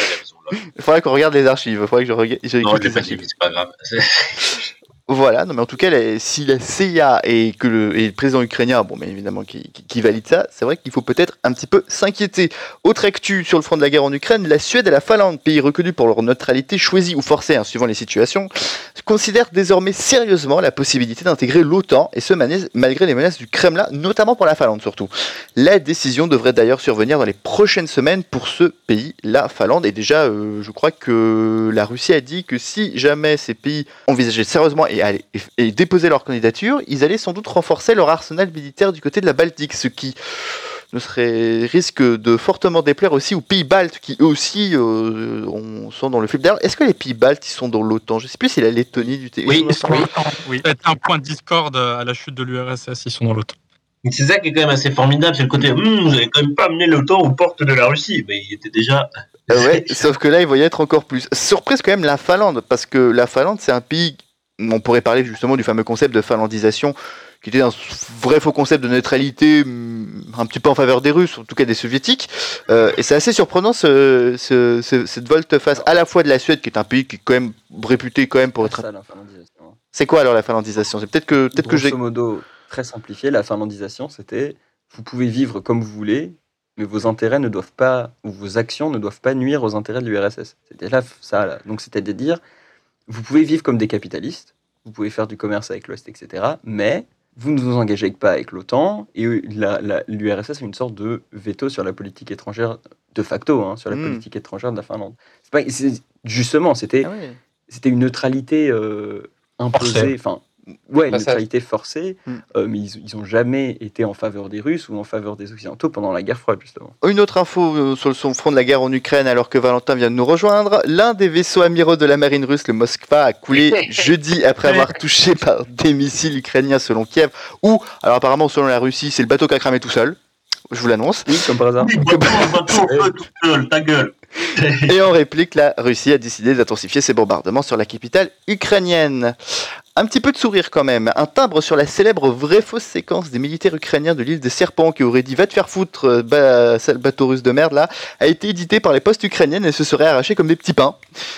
Il faudrait qu'on regarde les archives, il faudrait que je regarde. Non, je l'ai pas dit, c'est pas grave. Voilà, non mais en tout cas, la, si la C I A et que le, et le président ukrainien, bon, mais évidemment, qui, qui, qui valide ça, c'est vrai qu'il faut peut-être un petit peu s'inquiéter. Autre actu sur le front de la guerre en Ukraine, la Suède et la Finlande, pays reconnus pour leur neutralité choisie ou forcée, hein, suivant les situations, considèrent désormais sérieusement la possibilité d'intégrer l'OTAN, et ce malgré les menaces du Kremlin, notamment pour la Finlande surtout. La décision devrait d'ailleurs survenir dans les prochaines semaines pour ce pays, la Finlande, et déjà, euh, je crois que la Russie a dit que si jamais ces pays envisageaient sérieusement et, aller, et, et déposer leur candidature, ils allaient sans doute renforcer leur arsenal militaire du côté de la Baltique, ce qui ne serait risque de fortement déplaire aussi aux pays baltes qui eux aussi euh, on, sont dans le flip. D'ailleurs, est-ce que les pays baltes ils sont dans l'OTAN ? Je ne sais plus si la Lettonie du T. Oui, oui, oui. C'est un point de discorde à la chute de l'U R S S, ils sont dans l'OTAN. C'est ça qui est quand même assez formidable, c'est le côté hm, vous n'avez quand même pas amené l'OTAN aux portes de la Russie, mais il était déjà. Euh, ouais, sauf que là il voyait être encore plus. Surprise quand même la Finlande, parce que la Finlande c'est un pays. On pourrait parler justement du fameux concept de finlandisation, qui était un vrai faux concept de neutralité, un petit peu en faveur des Russes, en tout cas des Soviétiques. Euh, et c'est assez surprenant ce, ce, ce, cette volte-face à la fois de la Suède, qui est un pays qui est quand même réputé quand même pour être. C'est ça, la finlandisation. C'est quoi alors la finlandisation ? C'est peut-être que peut-être que j'ai. Grosso modo, très simplifié, la finlandisation, c'était vous pouvez vivre comme vous voulez, mais vos intérêts ne doivent pas, ou vos actions ne doivent pas nuire aux intérêts de l'U R S S. C'était là, ça. Là. Donc c'était de dire. Vous pouvez vivre comme des capitalistes, vous pouvez faire du commerce avec l'Ouest, et cetera. Mais vous ne vous engagez pas avec l'OTAN, et la, la, l'U R S S a une sorte de veto sur la politique étrangère, de facto, hein, sur la mmh. politique étrangère de la Finlande. C'est pas, c'est, justement, c'était, ah oui. c'était une neutralité euh, imposée, enfin, ouais, une neutralité forcée, mmh. euh, mais ils n'ont jamais été en faveur des Russes ou en faveur des Occidentaux pendant la guerre froide, justement. Une autre info euh, sur le front de la guerre en Ukraine, alors que Valentin vient de nous rejoindre. L'un des vaisseaux amiraux de la marine russe, le Moskva, a coulé jeudi après avoir touché par des missiles ukrainiens selon Kiev, ou, alors apparemment selon la Russie, c'est le bateau qui a cramé tout seul. Je vous l'annonce. Oui, comme par hasard. Oui, bateau, bateau, tout seul, ta gueule. Et en réplique, la Russie a décidé d'intensifier ses bombardements sur la capitale ukrainienne. Un petit peu de sourire quand même. Un timbre sur la célèbre vraie-fausse séquence des militaires ukrainiens de l'île des Serpents qui aurait dit « Va te faire foutre, bah, sale bateau russe de merde là », a été édité par les postes ukrainiennes et se serait arraché comme des petits pains.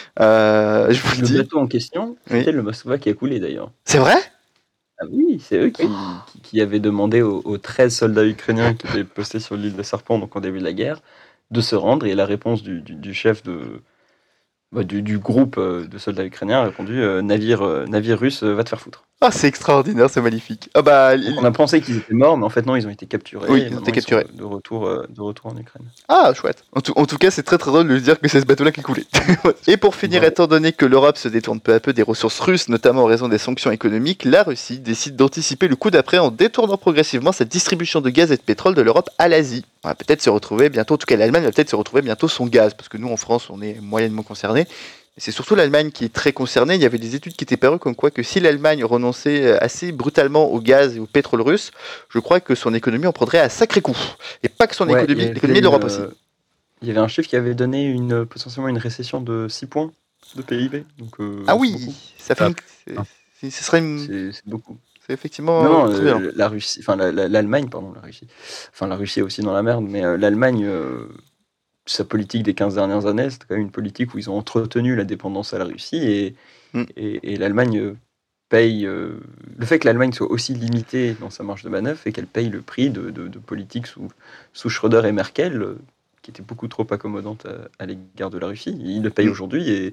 Euh, je vous le, le dis. Le bateau en question, c'était oui. le Moskva qui a coulé d'ailleurs. C'est vrai ? Ah oui, c'est eux qui, qui, qui avaient demandé aux, aux treize soldats ukrainiens qui étaient postés sur l'île des Serpents, donc en début de la guerre, de se rendre. Et la réponse du, du, du chef de, bah, du, du groupe de soldats ukrainiens a répondu euh, navire, euh, navire russe, euh, va te faire foutre. Ah, c'est extraordinaire, c'est magnifique. Ah bah, on a pensé qu'ils étaient morts, mais en fait non, ils ont été capturés. Oui, et ils ont maintenant, été capturés. sont de retour, euh, de retour en Ukraine. Ah, chouette. En tout, en tout cas, c'est très très drôle de dire que c'est ce bateau-là qui coulait. Et pour finir, ouais. Étant donné que l'Europe se détourne peu à peu des ressources russes, notamment en raison des sanctions économiques, la Russie décide d'anticiper le coup d'après en détournant progressivement sa distribution de gaz et de pétrole de l'Europe à l'Asie. On va peut-être se retrouver bientôt, en tout cas l'Allemagne va peut-être se retrouver bientôt son gaz, parce que nous en France, on est moyennement concernés. C'est surtout l'Allemagne qui est très concernée. Il y avait des études qui étaient parues comme quoi que si l'Allemagne renonçait assez brutalement au gaz et au pétrole russe, je crois que son économie en prendrait un sacré coup. Et pas que son ouais, économie, l'économie de l'Europe euh, aussi. Il y avait un chiffre qui avait donné une, potentiellement une récession de six points de P I B. Donc, euh, ah oui, ça fait ah. une... c'est, ce serait une... c'est, c'est beaucoup. C'est effectivement... Non, euh, la Russie, enfin la, la, l'Allemagne, pardon, la Russie. Enfin la Russie est aussi dans la merde, mais euh, l'Allemagne... Euh, sa politique des quinze dernières années, c'est quand même une politique où ils ont entretenu la dépendance à la Russie et, mm. et, et l'Allemagne paye... Euh, le fait que l'Allemagne soit aussi limitée dans sa marge de manœuvre et qu'elle paye le prix de, de, de politique sous, sous Schröder et Merkel, euh, qui était beaucoup trop accommodante à, à l'égard de la Russie. Ils le payent mm. aujourd'hui et,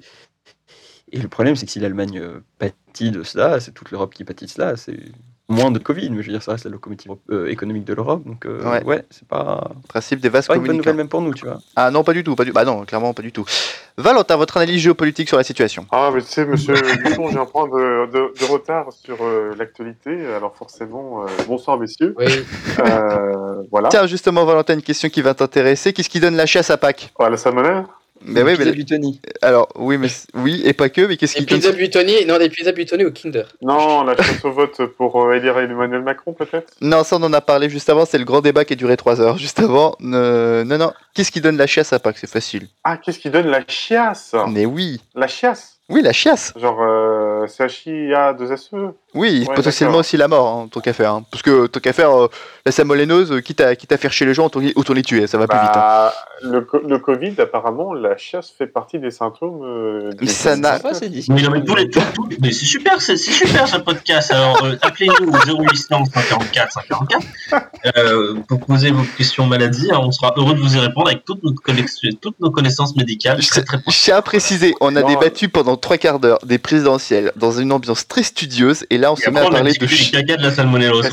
et le problème, c'est que si l'Allemagne pâtit de cela, c'est toute l'Europe qui pâtit de cela, c'est... Moins de Covid, mais je veux dire, ça reste la locomotive euh, économique de l'Europe, donc euh, ouais. ouais, c'est pas... Principe des vases communicants. Pas une bonne nouvelle même pour nous, tu vois. Ah non, pas du tout, pas du... bah non, clairement pas du tout. Valentin, votre analyse géopolitique sur la situation. Ah, mais tu sais, monsieur Duchon, j'ai un point de, de, de retard sur euh, l'actualité, alors forcément, euh, bonsoir messieurs. Oui. Euh, voilà. Tiens, justement, Valentin, une question qui va t'intéresser. Qu'est-ce qui donne la chasse à Pâques ? Ah, la salmonelle. Mais oui, mais Buitoni. Alors oui, mais oui et pas que. Mais qu'est-ce qui donne pizza Buitoni ? Non, des pizzas Buitoni au Kinder. Non, la chasse au vote pour euh, élire Emmanuel Macron, peut-être ? Non, ça on en a parlé juste avant. C'est le grand débat qui a duré trois heures. Juste avant. Euh, non, non. Qu'est-ce qui donne la chasse à Pâques ? C'est facile. Ah, qu'est-ce qui donne la chiasse ? Mais oui. La chiasse ? Oui, la chiasse. Genre euh, C H I A deux S E. Oui, ouais, potentiellement d'accord. Aussi la mort, hein, tant qu'à faire. Hein. Parce que tant qu'à faire, euh, la salmonellose, quitte à, quitte à faire chier les gens, autant les tuer, ça va bah, plus vite. Hein. Le, le Covid, apparemment, la chiasse fait partie des symptômes. Euh, mais ça n'a pas. Mais non, mais tous les, tout, tout, mais c'est super, c'est, c'est super ce podcast. Alors, euh, appelez-nous au zéro huit cent cent quarante-quatre cent quarante-quatre euh, pour poser vos questions maladie. Hein, on sera heureux de vous y répondre avec toutes nos, toutes nos connaissances médicales. Je, très, très je tiens à préciser, on a non, débattu pendant trois quarts d'heure des présidentielles dans une ambiance très studieuse, et là on et se met à parler de ch... caca de la salmonellose.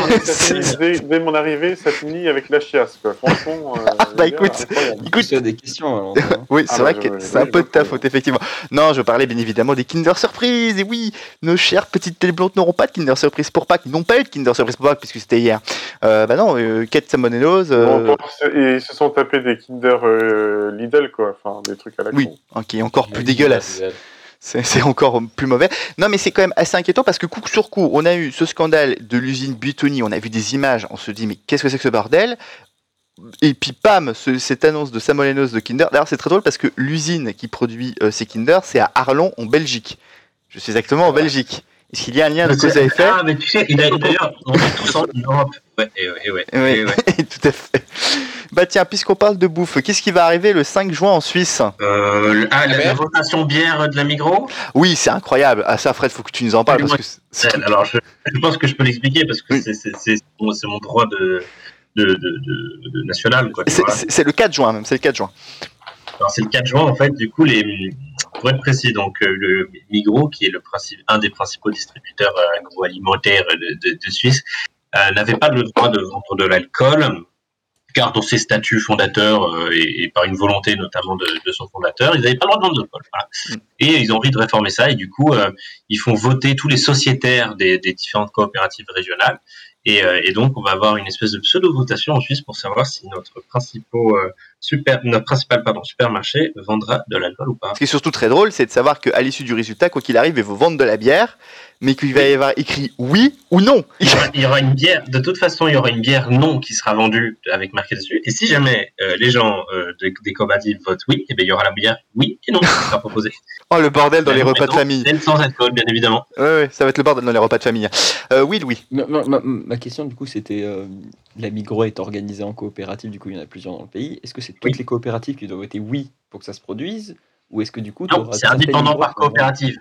dès, dès mon arrivée, ça finit avec la chiasse, quoi. Franchement. Euh, ah bah écoute, écoute, tu as des questions. Alors, oui, c'est ah vrai bah, que je, c'est je, un je peu de ta faute, effectivement. Non, je parlais bien évidemment des Kinder Surprise, et oui, nos chères petites têtes blondes n'auront pas de Kinder Surprise pour Pâques, ils n'ont pas eu de Kinder Surprise pour Pâques puisque c'était hier. Euh, bah non, euh, Kate salmonellose. Euh... Bon, et ils se sont tapés des Kinder euh, Lidl, quoi. Enfin, des trucs à la con. Oui, ok, encore plus dégueulasse. C'est, c'est encore plus mauvais. Non, mais c'est quand même assez inquiétant parce que coup sur coup, on a eu ce scandale de l'usine Buitoni, on a vu des images, on se dit mais qu'est-ce que c'est que ce bordel ? Et puis pam, ce, cette annonce de salmonellose de Kinder. D'ailleurs, c'est très drôle parce que l'usine qui produit euh, ces Kinder, c'est à Arlon en Belgique. Je suis exactement en Belgique. Est-ce qu'il y a un lien de cause à effet ? Ah, mais tu sais, d'ailleurs, on est tous en Europe. Ouais, et ouais, et ouais, oui, et ouais. Tout à fait. Bah tiens, puisqu'on parle de bouffe, qu'est-ce qui va arriver le cinq juin en Suisse ? euh, Ah, la, la votation bière de la Migros ? Oui, c'est incroyable. Ah ça, Fred, faut que tu nous en parles. Parce que c'est... Alors, je, je pense que je peux l'expliquer parce que oui. c'est, c'est, c'est, bon, c'est mon droit de, de, de, de, de national. Quoi, c'est, c'est, c'est le quatre juin même, c'est le quatre juin. Alors, c'est le quatre juin, en fait, du coup, les... pour être précis, donc euh, le Migros, qui est le principe, un des principaux distributeurs euh, agroalimentaires de, de, de Suisse, euh, n'avait pas le droit de vendre de l'alcool, car dans ses statuts fondateurs euh, et, et par une volonté notamment de, de son fondateur, ils n'avaient pas le droit de vendre de l'alcool. Voilà. Mm. Et ils ont envie de réformer ça, et du coup, euh, ils font voter tous les sociétaires des, des différentes coopératives régionales. Et, euh, et donc, on va avoir une espèce de pseudo-votation en Suisse pour savoir si notre principal, euh, super, notre principal pardon, supermarché vendra de l'alcool ou pas. Ce qui est surtout très drôle, c'est de savoir qu'à l'issue du résultat, quoi qu'il arrive, ils vont vendre de la bière, mais qu'il va y avoir écrit oui ou non. Il y aura, il y aura une bière, de toute façon, il y aura une bière non qui sera vendue avec marqué dessus. Et si jamais euh, les gens euh, de, des coopératives votent oui, eh bien, il y aura la bière oui et non qui sera proposée. Oh, le bordel dans les repas de famille. Même sans alcool, bien évidemment. Oui, oui, ça va être le bordel dans les repas de famille. Euh, oui, Louis. Ma, ma, ma question, du coup, c'était euh, la Migros est organisée en coopérative, du coup, il y en a plusieurs dans le pays. Est-ce que c'est toutes oui. les coopératives qui doivent voter oui pour que ça se produise ? Ou est-ce que, du coup, non, c'est indépendant par coopérative.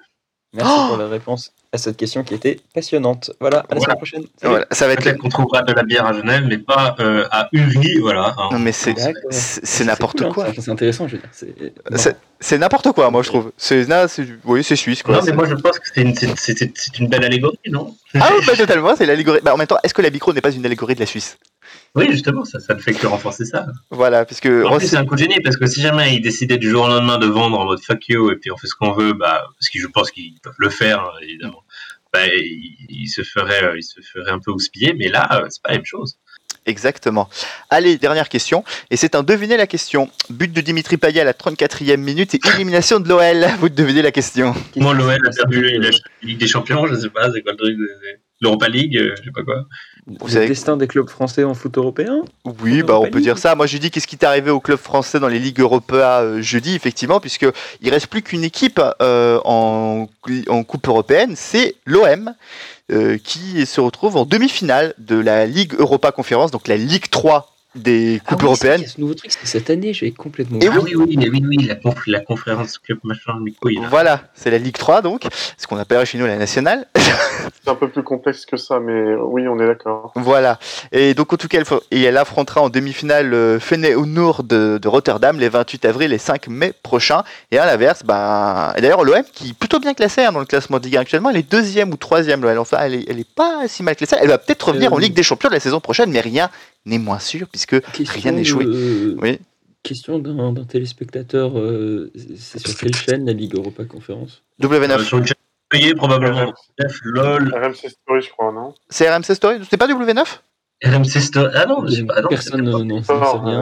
Merci oh pour la réponse à cette question qui était passionnante. Voilà, à la voilà. semaine prochaine. Voilà, ça va être peut-être qu'on trouvera de la bière à Genève, mais pas euh, à Uvry, voilà. Hein. Non mais c'est c'est, c'est n'importe cool, quoi. Hein, c'est intéressant, je veux dire. C'est, c'est, c'est n'importe quoi, moi je trouve. C'est, là, c'est, oui, c'est suisse quoi. Non mais c'est... moi je pense que c'est une, c'est, c'est, c'est une belle allégorie, non? Ah oui, bah, totalement, c'est l'allégorie. Bah, en même temps, est-ce que la micro n'est pas une allégorie de la Suisse? Oui, justement, ça, ça ne fait que renforcer ça. Voilà, parce que. En plus, c'est un coup de génie, parce que si jamais ils décidaient du jour au lendemain de vendre en mode fuck you, et puis on fait ce qu'on veut, bah, parce que je pense qu'ils peuvent le faire, hein, évidemment, bah, ils, ils, se feraient, ils se feraient un peu houspiller, mais là, c'est pas la même chose. Exactement. Allez, dernière question, et c'est un devinez la question. But de Dimitri Payet à la trente-quatrième minute et élimination de l'O L. Vous devinez la question. Comment l'O L a perdu la Ligue des Champions, je sais pas, c'est quoi le truc de... L'Europa League, euh, je sais pas quoi. Vous le destin des clubs français en foot européen? Oui, bah on peut dire ça. Moi, je dis qu'est-ce qui t'est arrivé au club français dans les ligues européennes euh, jeudi, effectivement, puisque il reste plus qu'une équipe euh, en, en Coupe européenne, c'est l'O M. Euh, qui se retrouve en demi-finale de la Ligue Europa Conférence, donc la Ligue trois des coupes ah oui, européennes. C'est ce nouveau truc, c'est cette année, j'ai complètement. Et ah oui, oui, oui, oui, oui, la, conf- la conférence club machin, les couilles. Voilà, c'est la Ligue trois donc, ce qu'on appelle chez nous la nationale. C'est un peu plus complexe que ça, mais oui, on est d'accord. Voilà, et donc en tout cas, elle, faut... et elle affrontera en demi-finale euh, Feyenoord de, de Rotterdam les vingt-huit avril et cinq mai prochains. Et à l'inverse, bah, et d'ailleurs l'O M qui est plutôt bien classée hein, dans le classement de Ligue un actuellement, elle est deuxième ou troisième. Là, enfin, elle est, elle est pas si mal classée. Elle va peut-être revenir euh... en Ligue des Champions la saison prochaine, mais rien n'est moins sûr puisque question rien n'est joué. De... Oui. Question d'un, d'un téléspectateur, euh, c'est sur quelle chaîne la Ligue Europa Conférence? W neuf. Euh, sur une chaîne payée probablement. LOL. R M C Story, je crois, non? C'est R M C Story? C'est pas W neuf? R M C Story. Ah non, je sais pas. Non, personne ne non, sait rien.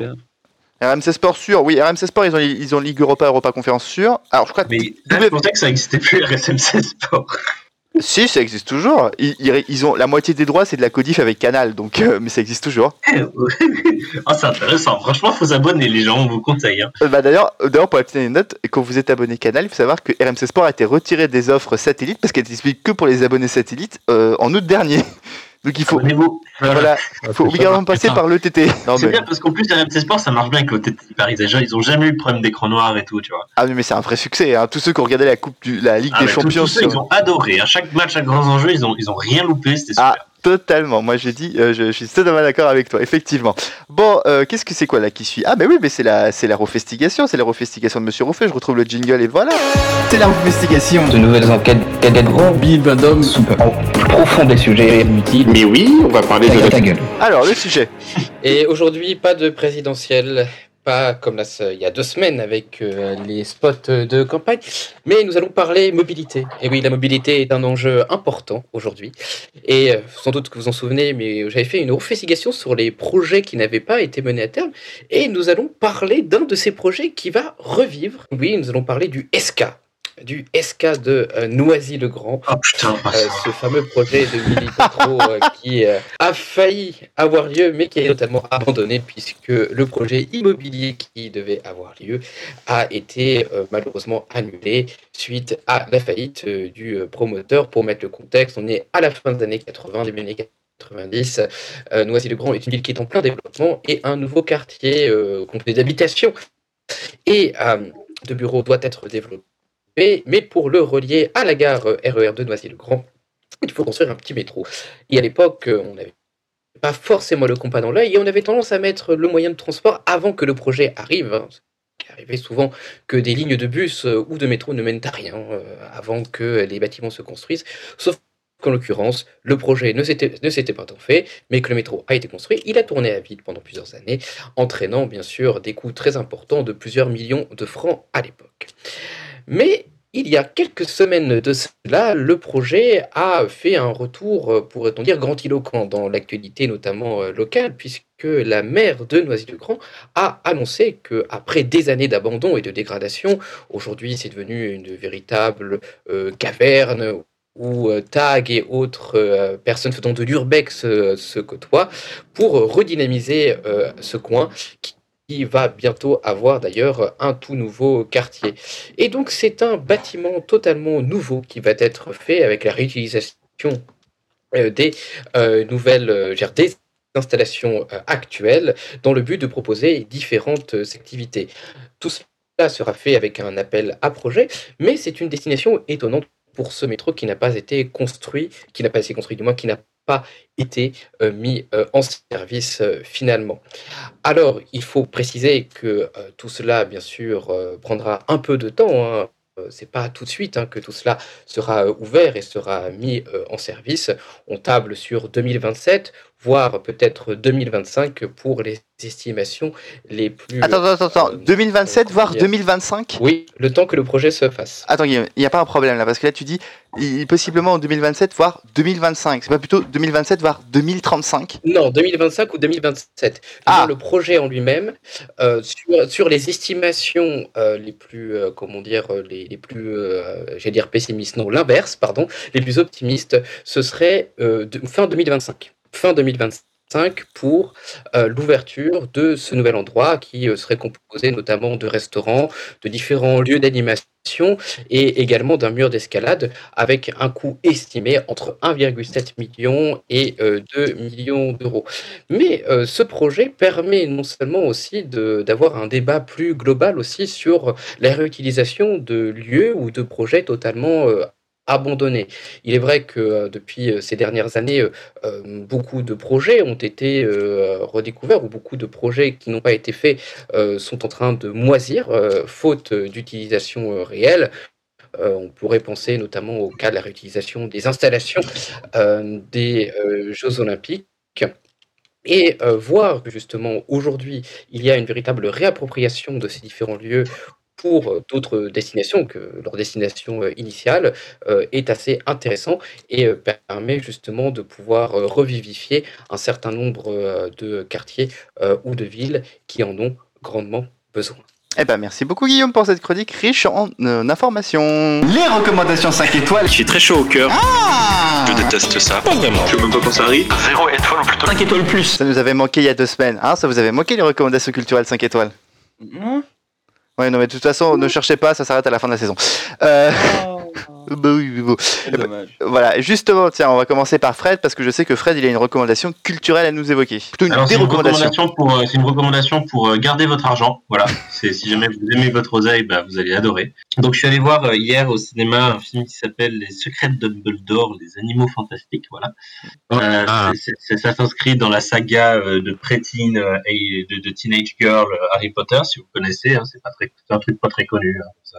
R M C Sport sûr, oui, R M C Sport, ils ont, ils ont Ligue Europa, Europa Conférence sûr. Alors je crois que. Mais là, je pensais que ça n'existait plus, R M C Sport. Si, ça existe toujours. Ils, ils, ils ont la moitié des droits, c'est de la codif avec Canal, donc euh, mais ça existe toujours. Ah, c'est intéressant. Franchement, faut s'abonner, les gens, on vous conseille. Hein. Bah d'ailleurs, d'ailleurs, pour la petite anecdote, quand vous êtes abonné Canal, il faut savoir que R M C Sport a été retiré des offres satellites parce qu'elle est disponible que pour les abonnés satellites euh, en août dernier. Donc il faut, voilà, il faut obligatoirement passer par l'E T T. Non, c'est mais... bien parce qu'en plus R M C Sport ça marche bien avec l'E T T Paris. Déjà ils ont jamais eu de problème d'écran noir et tout, tu vois. Ah mais c'est un vrai succès. Hein. Tous ceux qui ont regardé la coupe du, la Ligue ah, des Champions, tous, tous ceux, ils ont adoré. À chaque match, à grands enjeux, ils ont ils ont rien loupé. C'était super. Ah, totalement. Moi j'ai dit, euh, je, je suis totalement d'accord avec toi. Effectivement. Bon, euh, qu'est-ce que c'est quoi là qui suit? Ah ben oui, mais c'est la c'est la refestigation, c'est la refestigation de Monsieur Rouffet. Je retrouve le jingle et voilà. C'est la refestigation. De nouvelles enquêtes cadetteront Bill Van Damme soupe en profond des sujets inutiles. Mais oui, on va parler de ta gueule. Alors le sujet. Et aujourd'hui, pas de présidentielle. Pas comme là, il y a deux semaines avec euh, les spots de campagne, mais nous allons parler mobilité. Et oui, la mobilité est un enjeu important aujourd'hui. Et euh, sans doute que vous en souvenez, mais j'avais fait une refestigation sur les projets qui n'avaient pas été menés à terme. Et nous allons parler d'un de ces projets qui va revivre. Oui, nous allons parler du S K. Du S K de euh, Noisy-le-Grand, oh, putain. Euh, ce fameux projet de Willy Petro euh, qui euh, a failli avoir lieu, mais qui est totalement abandonné puisque le projet immobilier qui devait avoir lieu a été euh, malheureusement annulé suite à la faillite euh, du euh, promoteur. Pour mettre le contexte, on est à la fin des années quatre-vingts, début des années quatre-vingt-dix. Euh, Noisy-le-Grand est une ville qui est en plein développement et un nouveau quartier euh, complet d'habitations et euh, de bureaux doit être développé. Mais pour le relier à la gare R E R de Noisy-le-Grand, il faut construire un petit métro. Et à l'époque, on n'avait pas forcément le compas dans l'œil et on avait tendance à mettre le moyen de transport avant que le projet arrive. Hein. Il arrivait souvent que des lignes de bus ou de métro ne mènent à rien euh, avant que les bâtiments se construisent. Sauf qu'en l'occurrence, le projet ne s'était, ne s'était pas tant fait, mais que le métro a été construit. Il a tourné à vide pendant plusieurs années, entraînant bien sûr des coûts très importants de plusieurs millions de francs à l'époque. Mais il y a quelques semaines de cela, le projet a fait un retour, pourrait-on dire, grandiloquent dans l'actualité, notamment locale, puisque la maire de Noisy-le-Grand a annoncé qu'après des années d'abandon et de dégradation, aujourd'hui c'est devenu une véritable euh, caverne où euh, Tag et autres euh, personnes faisant de l'urbex euh, se côtoient pour redynamiser euh, ce coin qui qui va bientôt avoir d'ailleurs un tout nouveau quartier. Et donc c'est un bâtiment totalement nouveau qui va être fait avec la réutilisation euh, des euh, nouvelles euh, des installations euh, actuelles dans le but de proposer différentes activités. Tout cela sera fait avec un appel à projet, mais c'est une destination étonnante pour ce métro qui n'a pas été construit, qui n'a pas été construit du moins, qui n'a pas été euh, mis euh, en service euh, finalement. Alors, il faut préciser que euh, tout cela, bien sûr, euh, prendra un peu de temps, hein. Euh, c'est pas tout de suite hein, que tout cela sera euh, ouvert et sera mis euh, en service. On table sur deux mille vingt-sept, voire peut-être deux mille vingt-cinq pour les estimations les plus... Attends, attends, attends, euh, deux mille vingt-sept, voire deux mille vingt-cinq ? Oui, le temps que le projet se fasse. Attends Guillaume, il n'y a pas un problème là, parce que là tu dis il, possiblement en deux mille vingt-sept, voire deux mille vingt-cinq. C'est pas plutôt deux mille vingt-sept, voire deux mille trente-cinq ? Non, deux mille vingt-cinq ou deux mille vingt-sept. Ah. Le projet en lui-même, euh, sur, sur les estimations euh, les plus, euh, comment dire, les, les plus, euh, j'allais dire pessimistes, non, l'inverse, pardon, les plus optimistes, ce serait euh, de, fin deux mille vingt-cinq. Fin deux mille vingt-cinq pour euh, l'ouverture de ce nouvel endroit qui euh, serait composé notamment de restaurants, de différents lieux d'animation et également d'un mur d'escalade avec un coût estimé entre un virgule sept million et euh, deux millions d'euros. Mais euh, ce projet permet non seulement aussi de, d'avoir un débat plus global aussi sur la réutilisation de lieux ou de projets totalement euh, abandonnés. Il est vrai que euh, depuis euh, ces dernières années, euh, euh, beaucoup de projets ont été euh, redécouverts ou beaucoup de projets qui n'ont pas été faits euh, sont en train de moisir, euh, faute d'utilisation euh, réelle. Euh, on pourrait penser notamment au cas de la réutilisation des installations euh, des euh, Jeux Olympiques. Et euh, voir que justement aujourd'hui, il y a une véritable réappropriation de ces différents lieux pour euh, d'autres destinations que leur destination euh, initiale euh, est assez intéressant et euh, permet justement de pouvoir euh, revivifier un certain nombre euh, de quartiers euh, ou de villes qui en ont grandement besoin. Eh ben merci beaucoup Guillaume pour cette chronique riche en euh, informations. Les recommandations cinq étoiles. Je suis très chaud au cœur. Ah Je déteste ça. Pas vraiment. Je sais même pas quand ça arrive. Zéro étoile ou plutôt cinq étoiles plus. Ça nous avait manqué il y a deux semaines. Hein, ça vous avait manqué les recommandations culturelles cinq étoiles. Mmh. Ouais, non, mais de toute façon, ne cherchez pas, ça s'arrête à la fin de la saison. Euh... Oh. Bah oui, mais bon. C'est dommage. Voilà, justement, tiens, on va commencer par Fred, parce que je sais que Fred, il a une recommandation culturelle à nous évoquer. Plutôt une Alors, c'est, une recommandation pour, euh, c'est une recommandation pour garder votre argent. Voilà, c'est, si jamais vous aimez votre oseille, bah, vous allez adorer. Donc, je suis allé voir euh, hier au cinéma un film qui s'appelle Les Secrets de Dumbledore, les animaux fantastiques. Voilà. Euh, ah. c'est, c'est, ça s'inscrit dans la saga euh, de préteen euh, et de, de Teenage Girl euh, Harry Potter, si vous connaissez. Hein, c'est, pas très, c'est un truc pas très connu. Hein, ça.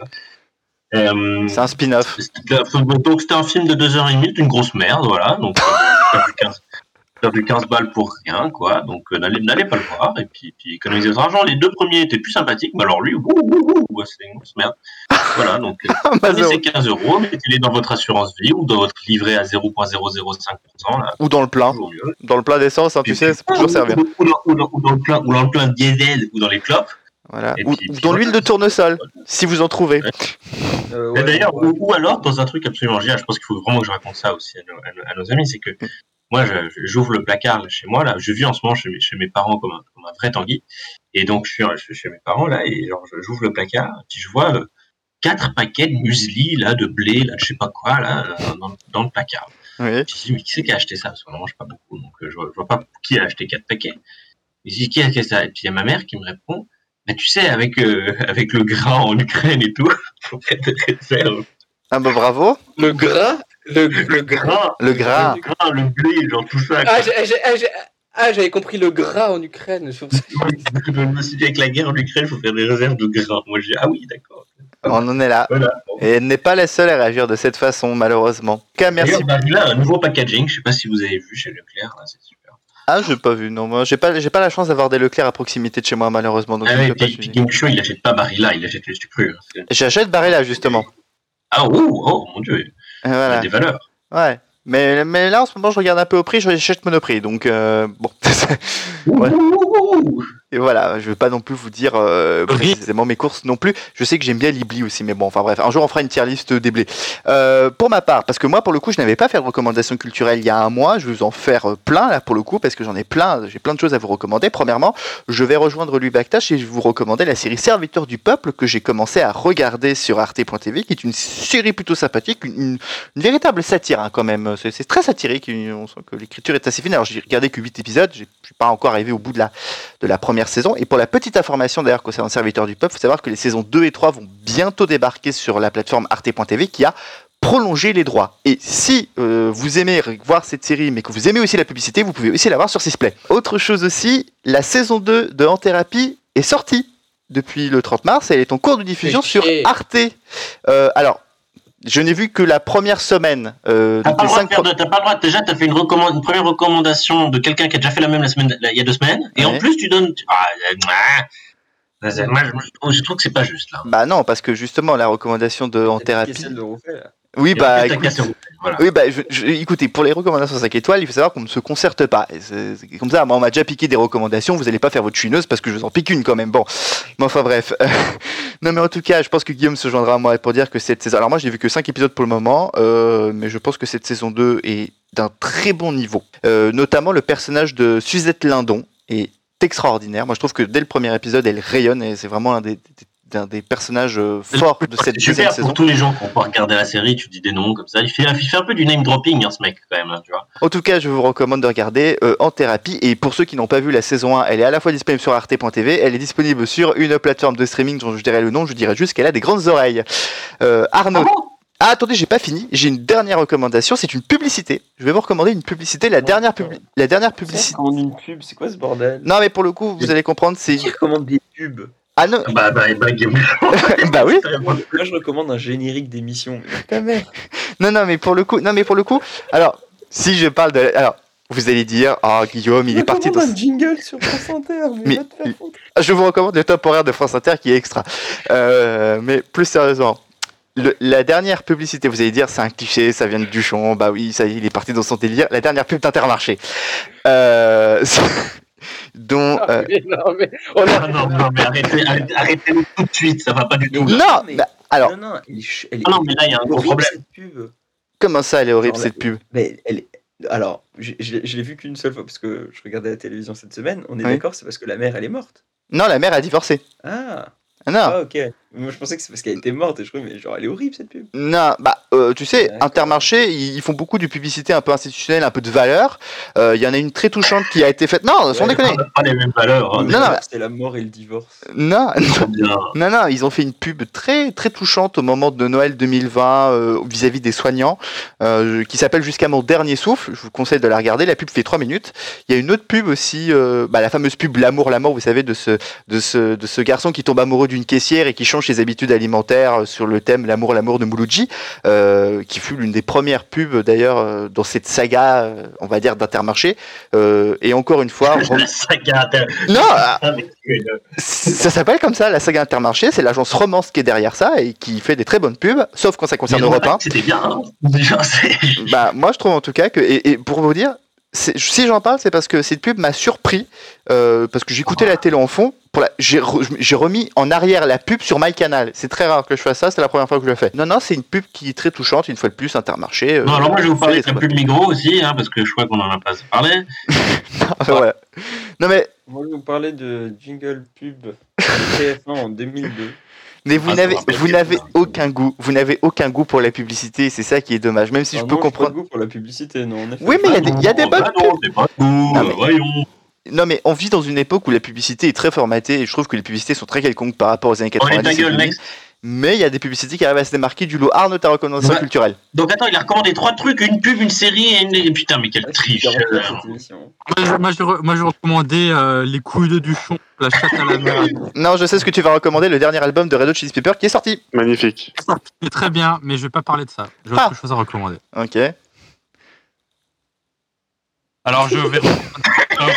Euh, c'est un spin-off. Donc c'était un film de deux heures trente, une grosse merde, voilà. Donc euh, perdu quinze balles pour rien, quoi. Donc euh, n'allez, n'allez pas le voir et puis, puis économisez votre argent. Les deux premiers étaient plus sympathiques, mais alors lui, ouh, ouh, ouh, c'était une grosse merde. Voilà, donc euh, prenez ces quinze euros, mettez-les dans votre assurance vie ou dans votre livret à zéro virgule zéro zéro cinq pour cent. Là. Ou dans le plein. Dans le plein d'essence, hein, tu sais, ça peut toujours servir. Ou dans, ou, dans, ou, dans le plein, ou dans le plein de diesel ou dans les clopes. Voilà. Ou, puis, puis dans l'huile de tournesol, si vous en trouvez. Euh, ouais, d'ailleurs, ouais. ou, ou alors dans un truc absolument génial, je pense qu'il faut vraiment que je raconte ça aussi à nos, à nos, à nos amis, c'est que moi, je, j'ouvre le placard là, chez moi, là, je vis en ce moment chez mes, chez mes parents comme un, comme un vrai Tanguy, et donc je suis, je suis chez mes parents là, et genre, j'ouvre le placard, puis je vois euh, quatre paquets de muesli là, de blé, là, de je sais pas quoi, là, dans, dans le placard. Oui. Je me dis, mais qui c'est qui a acheté ça? Parce qu'on n'en mange pas beaucoup, donc euh, je, vois, je vois pas qui a acheté quatre paquets. Et je dis, qui a acheté ça? Et puis il y a ma mère qui me répond, bah, tu sais, avec, euh, avec le gras en Ukraine et tout, faut faire des réserves. Ah bah bravo. Le gras le, le gras Le gras. Le gras, le blé, genre tout ça. Ah, j'ai, j'ai, j'ai, ah j'avais compris le gras en Ukraine. Je me suis dit, avec la guerre en Ukraine, il faut faire des réserves de gras. Moi, j'ai dit, ah oui, d'accord. On en est là. Voilà. Et elle n'est pas la seule à réagir de cette façon, malheureusement. En tout cas, merci. D'ailleurs, bah, là, un nouveau packaging, je sais pas si vous avez vu chez Leclerc, là, c'est super. Ah, j'ai pas vu, non, moi, j'ai pas, j'ai pas la chance d'avoir des Leclerc à proximité de chez moi, malheureusement. Donc ah je ouais, peux puis, pas puis Guimchou, il achète pas Barilla, il achète les sucrus. Hein. J'achète Barilla, justement. Ah, oh, oh, mon dieu. Voilà. Il y a des valeurs. Ouais. Mais, mais là, en ce moment, je regarde un peu au prix, j'achète Monoprix, donc euh, bon. Ouais. Et voilà, je vais pas non plus vous dire euh, précisément mes courses non plus. Je sais que j'aime bien l'Ibli aussi, mais bon, enfin bref, un jour on fera une tier list des blés. Euh, pour ma part, parce que moi, pour le coup, je n'avais pas fait de recommandation culturelle il y a un mois, je vais vous en faire plein là pour le coup, parce que j'en ai plein, j'ai plein de choses à vous recommander. Premièrement, je vais rejoindre Lubactache et je vais vous recommander la série Serviteurs du Peuple que j'ai commencé à regarder sur arte point t v, qui est une série plutôt sympathique, une, une, une véritable satire hein, quand même. C'est, c'est très satirique, on sent que l'écriture est assez fine. Alors j'ai regardé que huit épisodes, je suis pas encore arrivé au bout de la, de la première saison. Et pour la petite information d'ailleurs concernant Serviteurs du Peuple, il faut savoir que les saisons deux et trois vont bientôt débarquer sur la plateforme arte point t v qui a prolonger les droits. Et si euh, vous aimez voir cette série, mais que vous aimez aussi la publicité, vous pouvez aussi la voir sur Sisplay. Autre chose aussi, la saison deux de En Thérapie est sortie depuis le trente mars, et elle est en cours de diffusion Okay. sur Arte. Euh, alors, je n'ai vu que la première semaine. Euh, T'as pas, le droit cinq de faire de- t'as pas le droit, déjà, t'as fait une, recommand- une première recommandation de quelqu'un qui a déjà fait la même la semaine, la- il y a deux semaines, et Ouais. en plus, tu donnes. tu- Ah, euh, ah. Moi, je, je trouve- je trouve que c'est pas juste, là. Bah non, parce que justement, la recommandation de En Thérapie. Celle de Rouffet, là. Oui, Et bah, après, t'as écoute, cassé au- voilà. oui, bah, je, je- écoutez, pour les recommandations cinq étoiles, il faut savoir qu'on ne se concerte pas. Et c'est, c'est comme ça, moi, on m'a déjà piqué des recommandations, vous n'allez pas faire votre chouineuse parce que je vous en pique une quand même. Bon, mais enfin bref. Non, mais en tout cas, je pense que Guillaume se joindra à moi pour dire que cette saison. Alors, moi, j'ai vu que cinq épisodes pour le moment, euh, mais je pense que cette saison deux est d'un très bon niveau. Euh, notamment, le personnage de Suzette Lindon est extraordinaire. Moi, je trouve que dès le premier épisode, elle rayonne et c'est vraiment un des, des- d'un des personnages euh, forts de cette C'est deuxième super saison. pour tous les gens qui ont pas regardé la série, tu dis des noms comme ça. Il fait, il fait un peu du name dropping, hein, ce mec, quand même, là, tu vois. En tout cas, je vous recommande de regarder euh, En Thérapie. Et pour ceux qui n'ont pas vu la saison un, elle est à la fois disponible sur arte point t v, elle est disponible sur une plateforme de streaming dont je dirais le nom, je dirais juste qu'elle a des grandes oreilles. Euh, Arnaud. Ah, attendez, j'ai pas fini. J'ai une dernière recommandation. C'est une publicité. Je vais vous recommander une publicité. La dernière, publi- la dernière publicité. Commande une pub, c'est quoi ce bordel? Non, mais pour le coup, vous allez comprendre. C'est. Qui recommande des pubs? Ah non. Bah, bah, bah, Game Bah oui. Moi, je recommande un générique d'émission. Ta mère. Non, non, mais pour le coup, non, mais pour le coup. Alors, si je parle de, alors, vous allez dire, ah, oh, Guillaume, il est parti dans. un jingle sur France Inter, mais, Mais- va te faire foutre. Je vous recommande le top horaire de France Inter qui est extra. Euh, mais plus sérieusement, le- la dernière publicité, vous allez dire, c'est un cliché, ça vient de Duchon, bah oui, ça y est, il est parti dans son délire. La dernière pub d'Intermarché. Euh, dont. euh, non, mais, ah, non, non, mais arrêtez, arrêtez, arrêtez-le tout de suite, ça va pas du tout. Non, bah, alors. Non, non, elle est ch- elle est- Ah non, mais là, il y a un gros horrible, problème. cette pub. Comment ça, elle est horrible Genre, cette la- pub? Mais elle est- Alors, je, je- je l'ai vue qu'une seule fois parce que je regardais la télévision cette semaine. On est Oui. d'accord, c'est parce que la mère, elle est morte. Non, la mère a divorcé. Ah. Ah non. Ah, ok. Moi, je pensais que c'est parce qu'elle était morte et je trouvais, mais genre, elle est horrible cette pub. Non, bah, euh, tu sais, Intermarché, ils ils font beaucoup de publicité un peu institutionnelle, un peu de valeur. Euh, Il y en a une très touchante qui a été faite. Non, sans Ouais, déconner. Pas les mêmes valeurs. Hein, Non, non, mais- C'est la mort et le divorce. Non, Très bien. non, non, ils ont fait une pub très très touchante au moment de Noël deux mille vingt euh, vis-à-vis des soignants, euh, qui s'appelle Jusqu'à mon dernier souffle. Je vous conseille de la regarder. La pub fait trois minutes. Il y a une autre pub aussi, euh, bah, la fameuse pub L'amour, l'amour, vous savez, de ce de ce de ce garçon qui tombe amoureux d'une caissière et qui change ses habitudes alimentaires sur le thème L'amour, l'amour de Mouloudji, euh, qui fut l'une des premières pubs d'ailleurs euh, dans cette saga, euh, on va dire d'Intermarché. Euh, et encore une fois, on- La saga Inter- non. Ah, mais tu es le- Ça s'appelle comme ça, la saga Intermarché, c'est l'agence Romance qui est derrière ça et qui fait des très bonnes pubs, sauf quand ça concerne Mais Europe un. C'était bien. Hein. Déjà, c'est- Bah, moi je trouve en tout cas que, et, et pour vous dire, c'est- si j'en parle, c'est parce que cette pub m'a surpris, euh, parce que j'écoutais la télé en fond, pour la, j'ai, re- j'ai remis en arrière la pub sur MyCanal. C'est très rare que je fasse ça, c'est la première fois que je le fais. Non, non, c'est une pub qui est très touchante, une fois de plus, Intermarché. euh, Non, alors moi, je vais vous parler fait de la des pub Migros aussi, hein, parce que je crois qu'on en a pas assez parlé. très bonnes- Voilà. Non mais, Moi, je vais vous parler de jingle pub de T F un en deux mille deux. mais vous Ah, ça n'avez, va pas vous être n'avez possible. aucun goût, vous n'avez aucun goût pour la publicité, c'est ça qui est dommage, même si Ah je non, peux j'ai pas de comprendre. goût pour la publicité, non, en effet. Oui, mais il y a des, il y a des Oh, bonnes bah pubs. non, c'est pas tout, Non, mais- voyons. Non mais on vit dans une époque où la publicité est très formatée et je trouve que les publicités sont très quelconques par rapport aux années Oh, allez, quatre-vingt-dix. ta gueule, et deux mille. next. Mais il y a des publicités qui arrivent à se démarquer du lot. Arnaud, ta recommandation Ouais. culturelle. Donc attends, il a recommandé trois trucs, une pub, une série et une... Putain, mais quelle Ah, c'est triche. hyper bien, cette émission. Moi, je, moi, je, re- moi, je recommandais euh, Les couilles de Duchon, La chatte à la mer. Non, je sais ce que tu vas recommander, le dernier album de Red Hot Chili Peppers qui est sorti. Magnifique. C'est très bien, mais je vais pas parler de ça. J'ai Ah. autre chose à recommander. Ok. Alors, je vais recommander-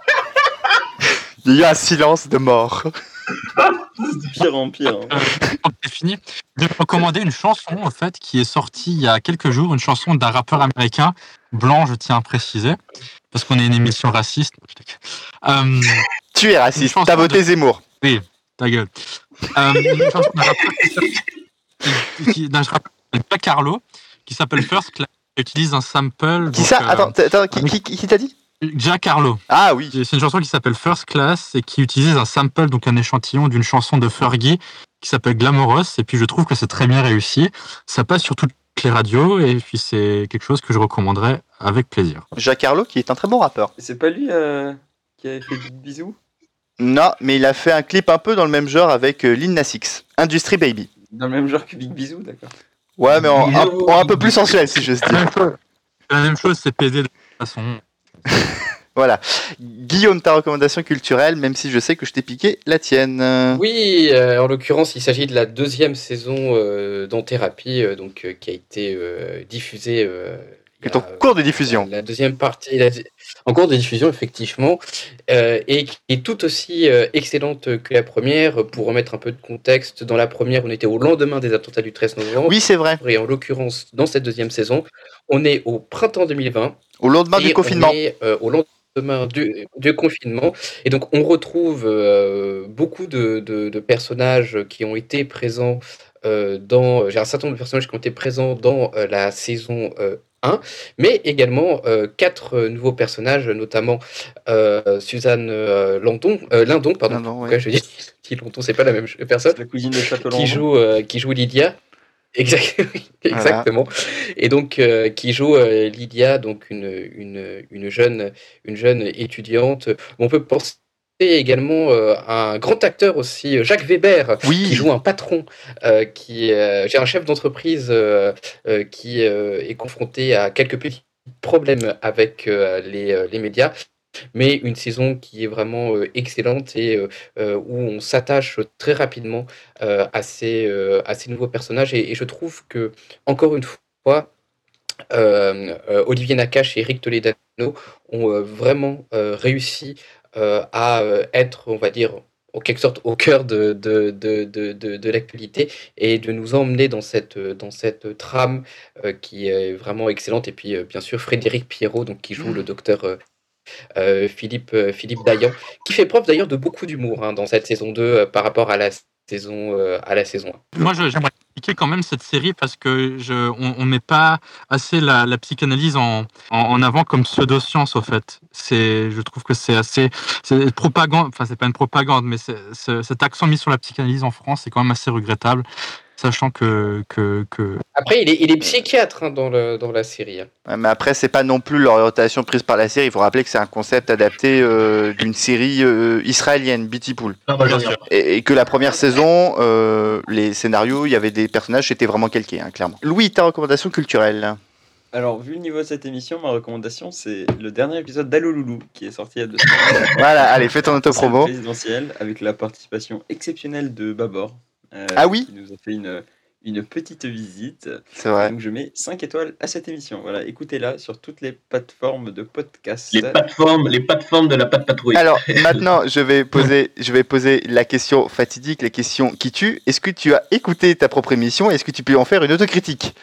Il y a un silence de mort. De pire en pire. hein. Euh, c'est fini. Je vais recommander une chanson en fait qui est sortie il y a quelques jours, une chanson d'un rappeur américain blanc, je tiens à préciser, parce qu'on est une émission raciste. Euh, Tu es Une raciste, chanson t'as voté de- Zemmour. oui, ta gueule. Euh, une chanson d'un rappeur qui s'appelle- qui- d'un rappeur qui s'appelle Jack Harlow, qui s'appelle First Class, qui utilise un sample. Qui donc, ça euh, Attends, t'as- attends, qui, qui, qui- qui t'a dit Jack Harlow. Ah oui. C'est une chanson qui s'appelle First Class et qui utilise un sample, donc un échantillon d'une chanson de Fergie qui s'appelle Glamorous. Et puis je trouve que c'est très bien réussi. Ça passe sur toutes les radios et puis c'est quelque chose que je recommanderais avec plaisir. Jacques Harlow, qui est un très bon rappeur. C'est pas lui euh, qui avait fait Big Bisou? Non, mais il a fait un clip un peu dans le même genre avec euh, Lil Nas X, Industry Baby. Dans le même genre que Big Bisou, d'accord. Ouais, mais en, un, en un peu plus sensuel, si je dire. La même chose, c'est P D de toute façon. Voilà. Guillaume, ta recommandation culturelle, même si je sais que je t'ai piqué la tienne. Oui, euh, en l'occurrence, il s'agit de la deuxième saison euh, d'En Thérapie, euh, donc, euh, qui a été euh, diffusée. Euh, Qui est en cours de diffusion. La deuxième partie, la, en cours de diffusion, effectivement, euh, et qui est tout aussi euh, excellente que la première. Pour remettre un peu de contexte, dans la première, on était au lendemain des attentats du treize novembre. Oui, c'est vrai. Et en l'occurrence, dans cette deuxième saison, on est au printemps deux mille vingt. Au lendemain du confinement. On est euh, au lendemain du, du confinement. Et donc, on retrouve euh, beaucoup de, de, de personnages qui ont été présents euh, dans... J'ai un certain nombre de personnages qui ont été présents dans euh, la saison euh, un, mais également euh, quatre euh, nouveaux personnages, notamment euh, Suzanne euh, Landon, euh, Lindon, pardon. Lindon, Pourquoi je dis, dis Lindon, c'est pas la même personne. La cousine de Château qui joue, euh, qui joue Lydia. Exact, exactement. Voilà. Et donc euh, qui joue euh, Lydia, donc une, une, une, jeune, une jeune étudiante. On peut penser également euh, à un grand acteur aussi, Jacques Weber, oui. qui joue un patron, euh, qui euh, j'ai un chef d'entreprise euh, euh, qui euh, est confronté à quelques petits problèmes avec euh, les, euh, les médias. Mais une saison qui est vraiment euh, excellente et euh, euh, où on s'attache très rapidement euh, à, ces, euh, à ces nouveaux personnages. Et, et je trouve que, encore une fois, euh, euh, Olivier Nakache et Eric Toledano ont euh, vraiment euh, réussi euh, à euh, être, on va dire, en quelque sorte au cœur de, de, de, de, de, de l'actualité et de nous emmener dans cette, dans cette trame euh, qui est vraiment excellente. Et puis, euh, bien sûr, Frédéric Pierrot, donc, qui joue mmh. le docteur... Euh, Euh, Philippe, euh, Philippe Dayan, qui fait preuve d'ailleurs de beaucoup d'humour hein, dans cette saison deux euh, par rapport à la saison, euh, à la saison un. Moi, je, j'aimerais expliquer quand même cette série parce que je, on, on met pas assez la, la psychanalyse en, en, en avant comme pseudo-science, au fait. C'est, je trouve que c'est assez, c'est propagande, enfin c'est pas une propagande, mais c'est, c'est, cet accent mis sur la psychanalyse en France, c'est quand même assez regrettable. Sachant que, que, que... Après, il est, il est psychiatre hein, dans, le, dans la série. Hein. Ouais, mais après, c'est pas non plus l'orientation prise par la série. Il faut rappeler que c'est un concept adapté euh, d'une série euh, israélienne, Beauty Pool. Ah, bah, et, et que la première saison, euh, les scénarios, il y avait des personnages qui étaient vraiment calqués, hein, clairement. Louis, ta recommandation culturelle? Alors, vu le niveau de cette émission, ma recommandation, c'est le dernier épisode d'Allo Loulou, qui est sorti il y a deux semaines. Voilà, allez, fais ton autopromo. Présidentielle, avec la participation exceptionnelle de Babor. Euh, ah oui qui nous a fait une, une petite visite. C'est vrai. Donc je mets cinq étoiles à cette émission. Voilà, écoutez-la sur toutes les plateformes de podcast. Les plateformes, les plateformes de la patte patrouille. Alors maintenant, je vais poser, je vais poser la question fatidique, la question qui tue. Est-ce que tu as écouté ta propre émission et est-ce que tu peux en faire une autocritique?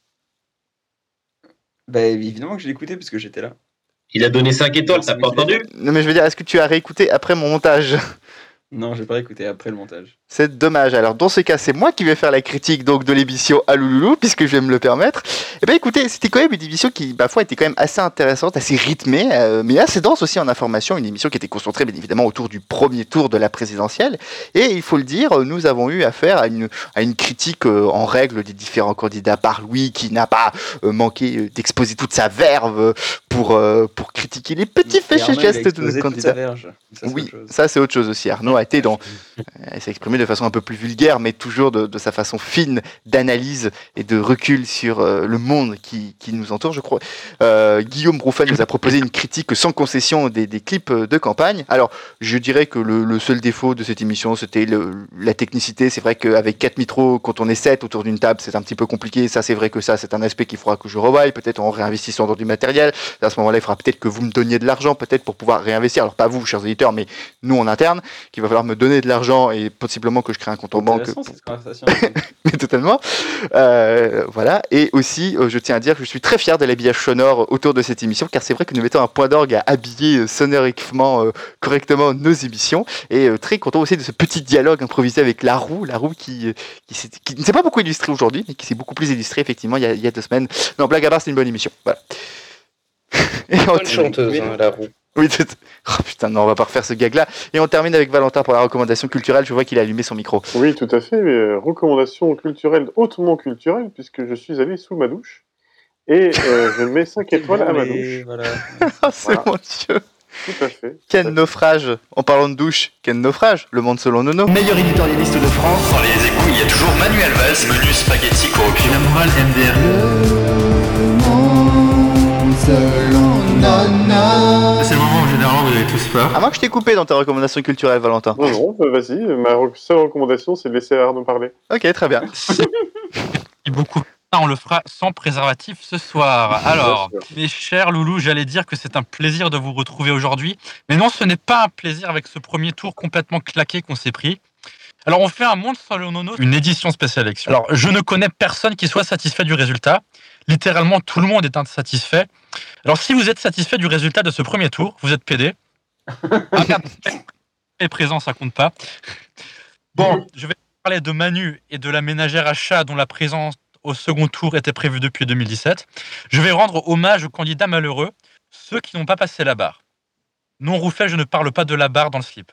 Bah évidemment que je l'ai écouté parce que j'étais là. Il a donné cinq étoiles, t'as pas entendu? Non mais je veux dire, est-ce que tu as réécouté après mon montage? Non, j'ai pas écouté après le montage. C'est dommage. Alors dans ce cas, c'est moi qui vais faire la critique donc de l'émission Allo Loulou, puisque je vais me le permettre. Et ben écoutez, c'était quand même une émission qui, ma foi, était quand même assez intéressante, assez rythmée, euh, mais assez dense aussi en information. Une émission qui était concentrée bien évidemment autour du premier tour de la présidentielle. Et il faut le dire, nous avons eu affaire à une, à une critique euh, en règle des différents candidats par Louis, qui n'a pas euh, manqué euh, d'exposer toute sa verve pour, euh, pour critiquer les petits faits et gestes de nos candidats. Ça, oui, ça c'est autre chose aussi. Arnaud a été dans, elle s'est exprimée de façon un peu plus vulgaire, mais toujours de, de sa façon fine d'analyse et de recul sur euh, le monde qui, qui nous entoure, je crois. Euh, Guillaume Rouffel nous a proposé une critique sans concession des, des clips de campagne. Alors, je dirais que le, le seul défaut de cette émission, c'était le, la technicité. C'est vrai qu'avec quatre micros, quand on est sept autour d'une table, c'est un petit peu compliqué. Ça, c'est vrai que ça, c'est un aspect qu'il faudra que je revoie, peut-être en réinvestissant dans du matériel. À ce moment-là, il faudra peut-être que vous me donniez de l'argent, peut-être pour pouvoir réinvestir. Alors, pas vous, chers éditeurs, mais nous en interne, qu'il va falloir me donner de l'argent et possiblement que je crée un compte en banque. Mais totalement. Euh, voilà. Et aussi, euh, je tiens à dire que je suis très fier de l'habillage sonore autour de cette émission, car c'est vrai que nous mettons un point d'orgue à habiller euh, sonoriquement euh, correctement nos émissions. Et euh, très content aussi de ce petit dialogue improvisé avec la roue, la roue qui, euh, qui, qui ne s'est pas beaucoup illustrée aujourd'hui, mais qui s'est beaucoup plus illustrée effectivement il y a, il y a deux semaines. Non, blague à part, c'est une bonne émission. Voilà. Et bonne chanteuse, hein, la roue. Oui, tout... oh, putain, non, on va pas refaire ce gag-là. Et on termine avec Valentin pour la recommandation culturelle. Je vois qu'il a allumé son micro. Oui, tout à fait. Mais, euh, recommandation culturelle, hautement culturelle, puisque je suis allé sous ma douche. Et euh, je mets cinq étoiles à ma douche. Voilà. Oh, c'est voilà. mon Dieu. Tout à fait. Quel naufrage. En parlant de douche, quel naufrage. Le Monde selon Nono. Meilleur éditorialiste de France. Dans les échos, il y a toujours Manuel Valls, menu spaghetti coq. La morale M D R. C'est le moment où généralement vous avez tous peur. À moins que je t'ai coupé dans tes recommandations culturelles, Valentin. Non, non, bah, vas-y. Ma seule recommandation, c'est de laisser Arnaud parler. Ok, très bien. Beaucoup. On le fera sans préservatif ce soir. Alors, mes chers loulous, j'allais dire que c'est un plaisir de vous retrouver aujourd'hui. Mais non, ce n'est pas un plaisir avec ce premier tour complètement claqué qu'on s'est pris. Alors, on fait un Monde selon Nono, une édition spéciale élection. Alors, je ne connais personne qui soit satisfait du résultat. Littéralement, tout le monde est insatisfait. Alors, si vous êtes satisfait du résultat de ce premier tour, vous êtes pédé. Ah merde, est présent, ça compte pas. Bon, je vais parler de Manu et de la ménagère à chat dont la présence au second tour était prévue depuis deux mille dix-sept. Je vais rendre hommage aux candidats malheureux, ceux qui n'ont pas passé la barre. Non, Rouffet, je ne parle pas de la barre dans le slip.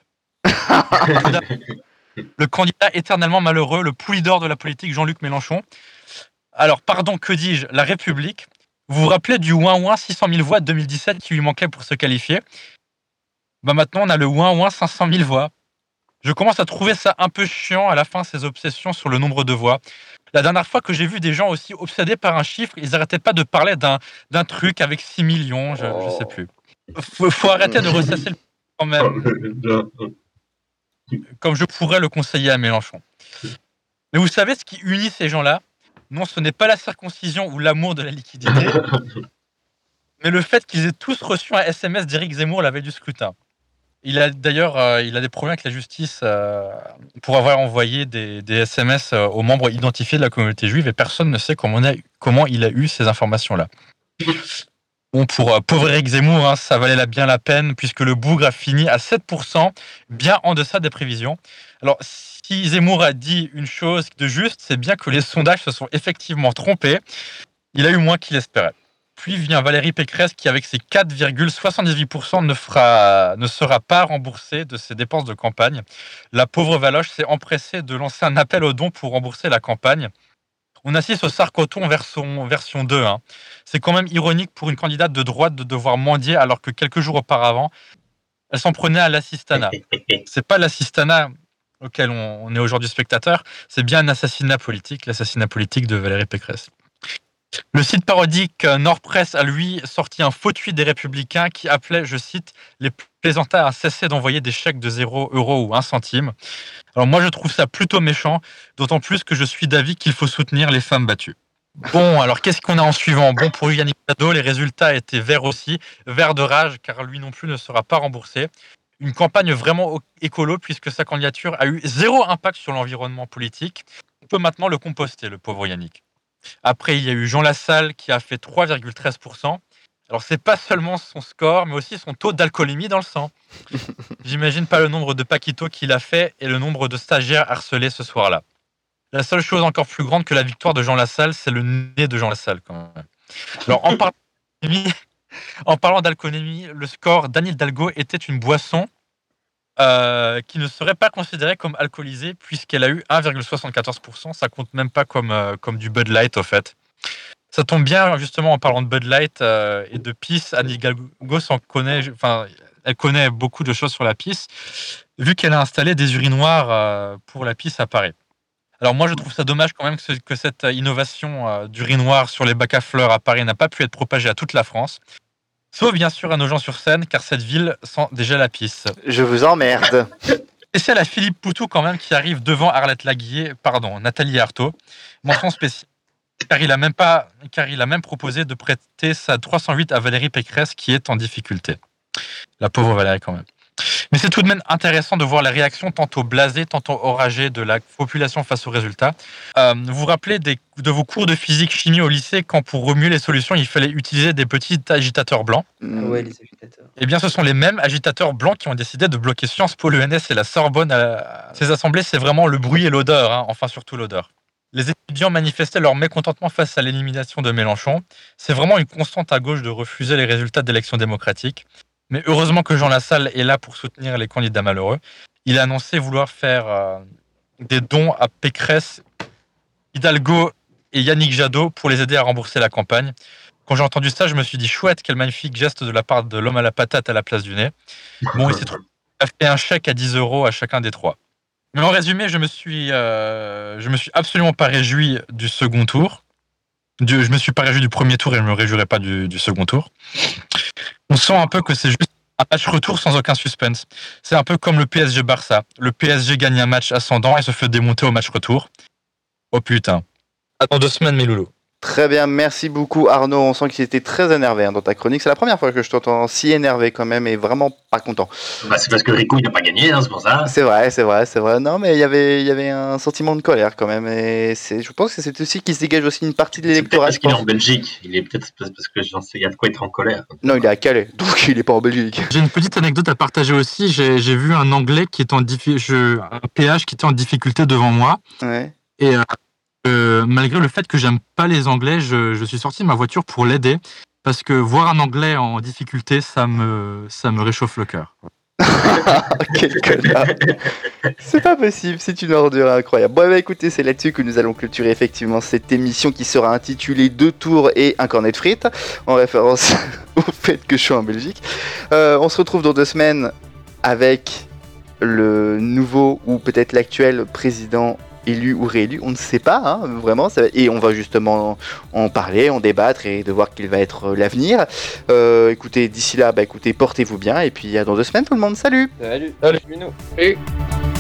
Le candidat éternellement malheureux, le pouli d'or de la politique, Jean-Luc Mélenchon. Alors, pardon, que dis-je, La République. Vous vous rappelez du ouin-ouin six cent mille voix de deux mille dix-sept qui lui manquait pour se qualifier? Bah maintenant, on a le ouin-ouin cinq cent mille voix. Je commence à trouver ça un peu chiant à la fin, ces obsessions sur le nombre de voix. La dernière fois que j'ai vu des gens aussi obsédés par un chiffre, ils n'arrêtaient pas de parler d'un, d'un truc avec six millions, je, je sais plus. Faut, faut arrêter de ressasser le quand même. Comme je pourrais le conseiller à Mélenchon. Mais vous savez ce qui unit ces gens-là? Non, ce n'est pas la circoncision ou l'amour de la liquidité, mais le fait qu'ils aient tous reçu un S M S d'Éric Zemmour la veille du scrutin. Il a d'ailleurs euh, il a des problèmes avec la justice euh, pour avoir envoyé des, des S M S euh, aux membres identifiés de la communauté juive et personne ne sait comment, on a, comment il a eu ces informations-là. Bon, pour euh, pauvre Éric Zemmour, hein, ça valait bien la peine puisque le bougre a fini à sept pour cent, bien en deçà des prévisions. Alors, si Zemmour a dit une chose de juste, c'est bien que les sondages se sont effectivement trompés. Il a eu moins qu'il espérait. Puis vient Valérie Pécresse qui, avec ses quatre virgule soixante-dix-huit pour cent, ne, fera, ne sera pas remboursée de ses dépenses de campagne. La pauvre Valoche s'est empressée de lancer un appel aux dons pour rembourser la campagne. On assiste au Sarkoton version, version deux. Hein. C'est quand même ironique pour une candidate de droite de devoir mendier alors que quelques jours auparavant, elle s'en prenait à l'assistanat. C'est pas l'assistanat auquel on, on est aujourd'hui spectateur, c'est bien un assassinat politique, l'assassinat politique de Valérie Pécresse. Le site parodique Nord Presse a lui sorti un faux tweet des Républicains qui appelait, je cite, les plaisantins à cesser d'envoyer des chèques de zéro euro ou un centime. Alors moi je trouve ça plutôt méchant, d'autant plus que je suis d'avis qu'il faut soutenir les femmes battues. Bon, alors qu'est-ce qu'on a en suivant? Bon, pour Yannick Jadot, les résultats étaient verts aussi, verts de rage car lui non plus ne sera pas remboursé. Une campagne vraiment écolo puisque sa candidature a eu zéro impact sur l'environnement politique. On peut maintenant le composter, le pauvre Yannick. Après, il y a eu Jean Lassalle qui a fait trois virgule treize pour cent. Alors, c'est pas seulement son score, mais aussi son taux d'alcoolémie dans le sang. J'imagine pas le nombre de paquitos qu'il a fait et le nombre de stagiaires harcelés ce soir-là. La seule chose encore plus grande que la victoire de Jean Lassalle, c'est le nez de Jean Lassalle, quand même. Alors, en parlant d'alcoolémie, en parlant d'alcoolémie, le score d'Anne Hidalgo était une boisson Euh, qui ne serait pas considérée comme alcoolisée puisqu'elle a eu un virgule soixante-quatorze pour cent. Ça compte même pas comme, euh, comme du Bud Light, au fait. Ça tombe bien, justement, en parlant de Bud Light euh, et de pisse. Anne Hidalgo s'en connaît, enfin, elle connaît beaucoup de choses sur la pisse, vu qu'elle a installé des urinoirs euh, pour la pisse à Paris. Alors moi, je trouve ça dommage quand même que, que cette innovation euh, d'urinoir sur les bacs à fleurs à Paris n'a pas pu être propagée à toute la France. Sauf bien sûr à Nogent-sur-Seine, car cette ville sent déjà la pisse. Je vous emmerde. Et c'est à Philippe Poutou quand même qui arrive devant Arlette Laguier, pardon, Nathalie Arthaud. Mention spéciale, car il a même pas, car il a même proposé de prêter sa trois cent huit à Valérie Pécresse qui est en difficulté. La pauvre Valérie quand même. Mais c'est tout de même intéressant de voir les réactions tantôt blasées, tantôt oragées de la population face aux résultats. Euh, vous vous rappelez des, de vos cours de physique-chimie au lycée quand pour remuer les solutions, il fallait utiliser des petits agitateurs blancs? Ah ouais, les agitateurs. Eh bien, ce sont les mêmes agitateurs blancs qui ont décidé de bloquer Sciences Po, l'E N S et la Sorbonne. À... Ces assemblées, c'est vraiment le bruit et l'odeur, hein, enfin surtout l'odeur. Les étudiants manifestaient leur mécontentement face à l'élimination de Mélenchon. C'est vraiment une constante à gauche de refuser les résultats d'élections démocratiques. Mais heureusement que Jean Lassalle est là pour soutenir les candidats malheureux. Il a annoncé vouloir faire euh, des dons à Pécresse, Hidalgo et Yannick Jadot pour les aider à rembourser la campagne. Quand j'ai entendu ça, je me suis dit chouette, quel magnifique geste de la part de l'homme à la patate à la place du nez. Bon, il s'est trouvé a fait un chèque à dix euros à chacun des trois. Mais en résumé, je me suis, euh, je me suis absolument pas réjoui du second tour. Du, je me suis pas réjoui du premier tour et je me réjouirai pas du, du second tour. On sent un peu que c'est juste un match retour sans aucun suspense. C'est un peu comme le P S G Barça. Le P S G gagne un match ascendant et se fait démonter au match retour. Oh putain. Attends deux semaines, mes loulous. Très bien, merci beaucoup Arnaud. On sent qu'il était très énervé hein, dans ta chronique. C'est la première fois que je t'entends si énervé quand même et vraiment pas content. Bah, c'est parce que Rico il n'a pas gagné, hein, c'est pour ça. C'est vrai, c'est vrai, c'est vrai. Non, mais il y avait, il y avait un sentiment de colère quand même. Et c'est, je pense que c'est aussi qu'il se dégage aussi une partie de l'électorat. Parce qu'il est en Belgique. Il est peut-être parce que j'en sais, il y a de quoi être en colère. Non, il est à Calais, donc il est pas en Belgique. J'ai une petite anecdote à partager aussi. J'ai, j'ai vu un Anglais qui est en diffi- je, un P H qui était en difficulté devant moi. Ouais. Et euh, Euh, malgré le fait que j'aime pas les Anglais, je, je suis sorti de ma voiture pour l'aider parce que voir un Anglais en difficulté, ça me, ça me réchauffe le cœur. Quel connard. C'est pas possible, c'est une ordure incroyable. Bon, bah écoutez, c'est là-dessus que nous allons clôturer effectivement cette émission qui sera intitulée Deux tours et un cornet de frites, en référence au fait que je suis en Belgique. Euh, on se retrouve dans deux semaines avec le nouveau ou peut-être l'actuel président élu ou réélu, on ne sait pas, hein, vraiment, ça, et on va justement en parler, en débattre et de voir quel va être l'avenir. Euh, écoutez, d'ici là, bah écoutez, portez-vous bien et puis à dans deux semaines tout le monde, salut. Salut. Salut. Salut.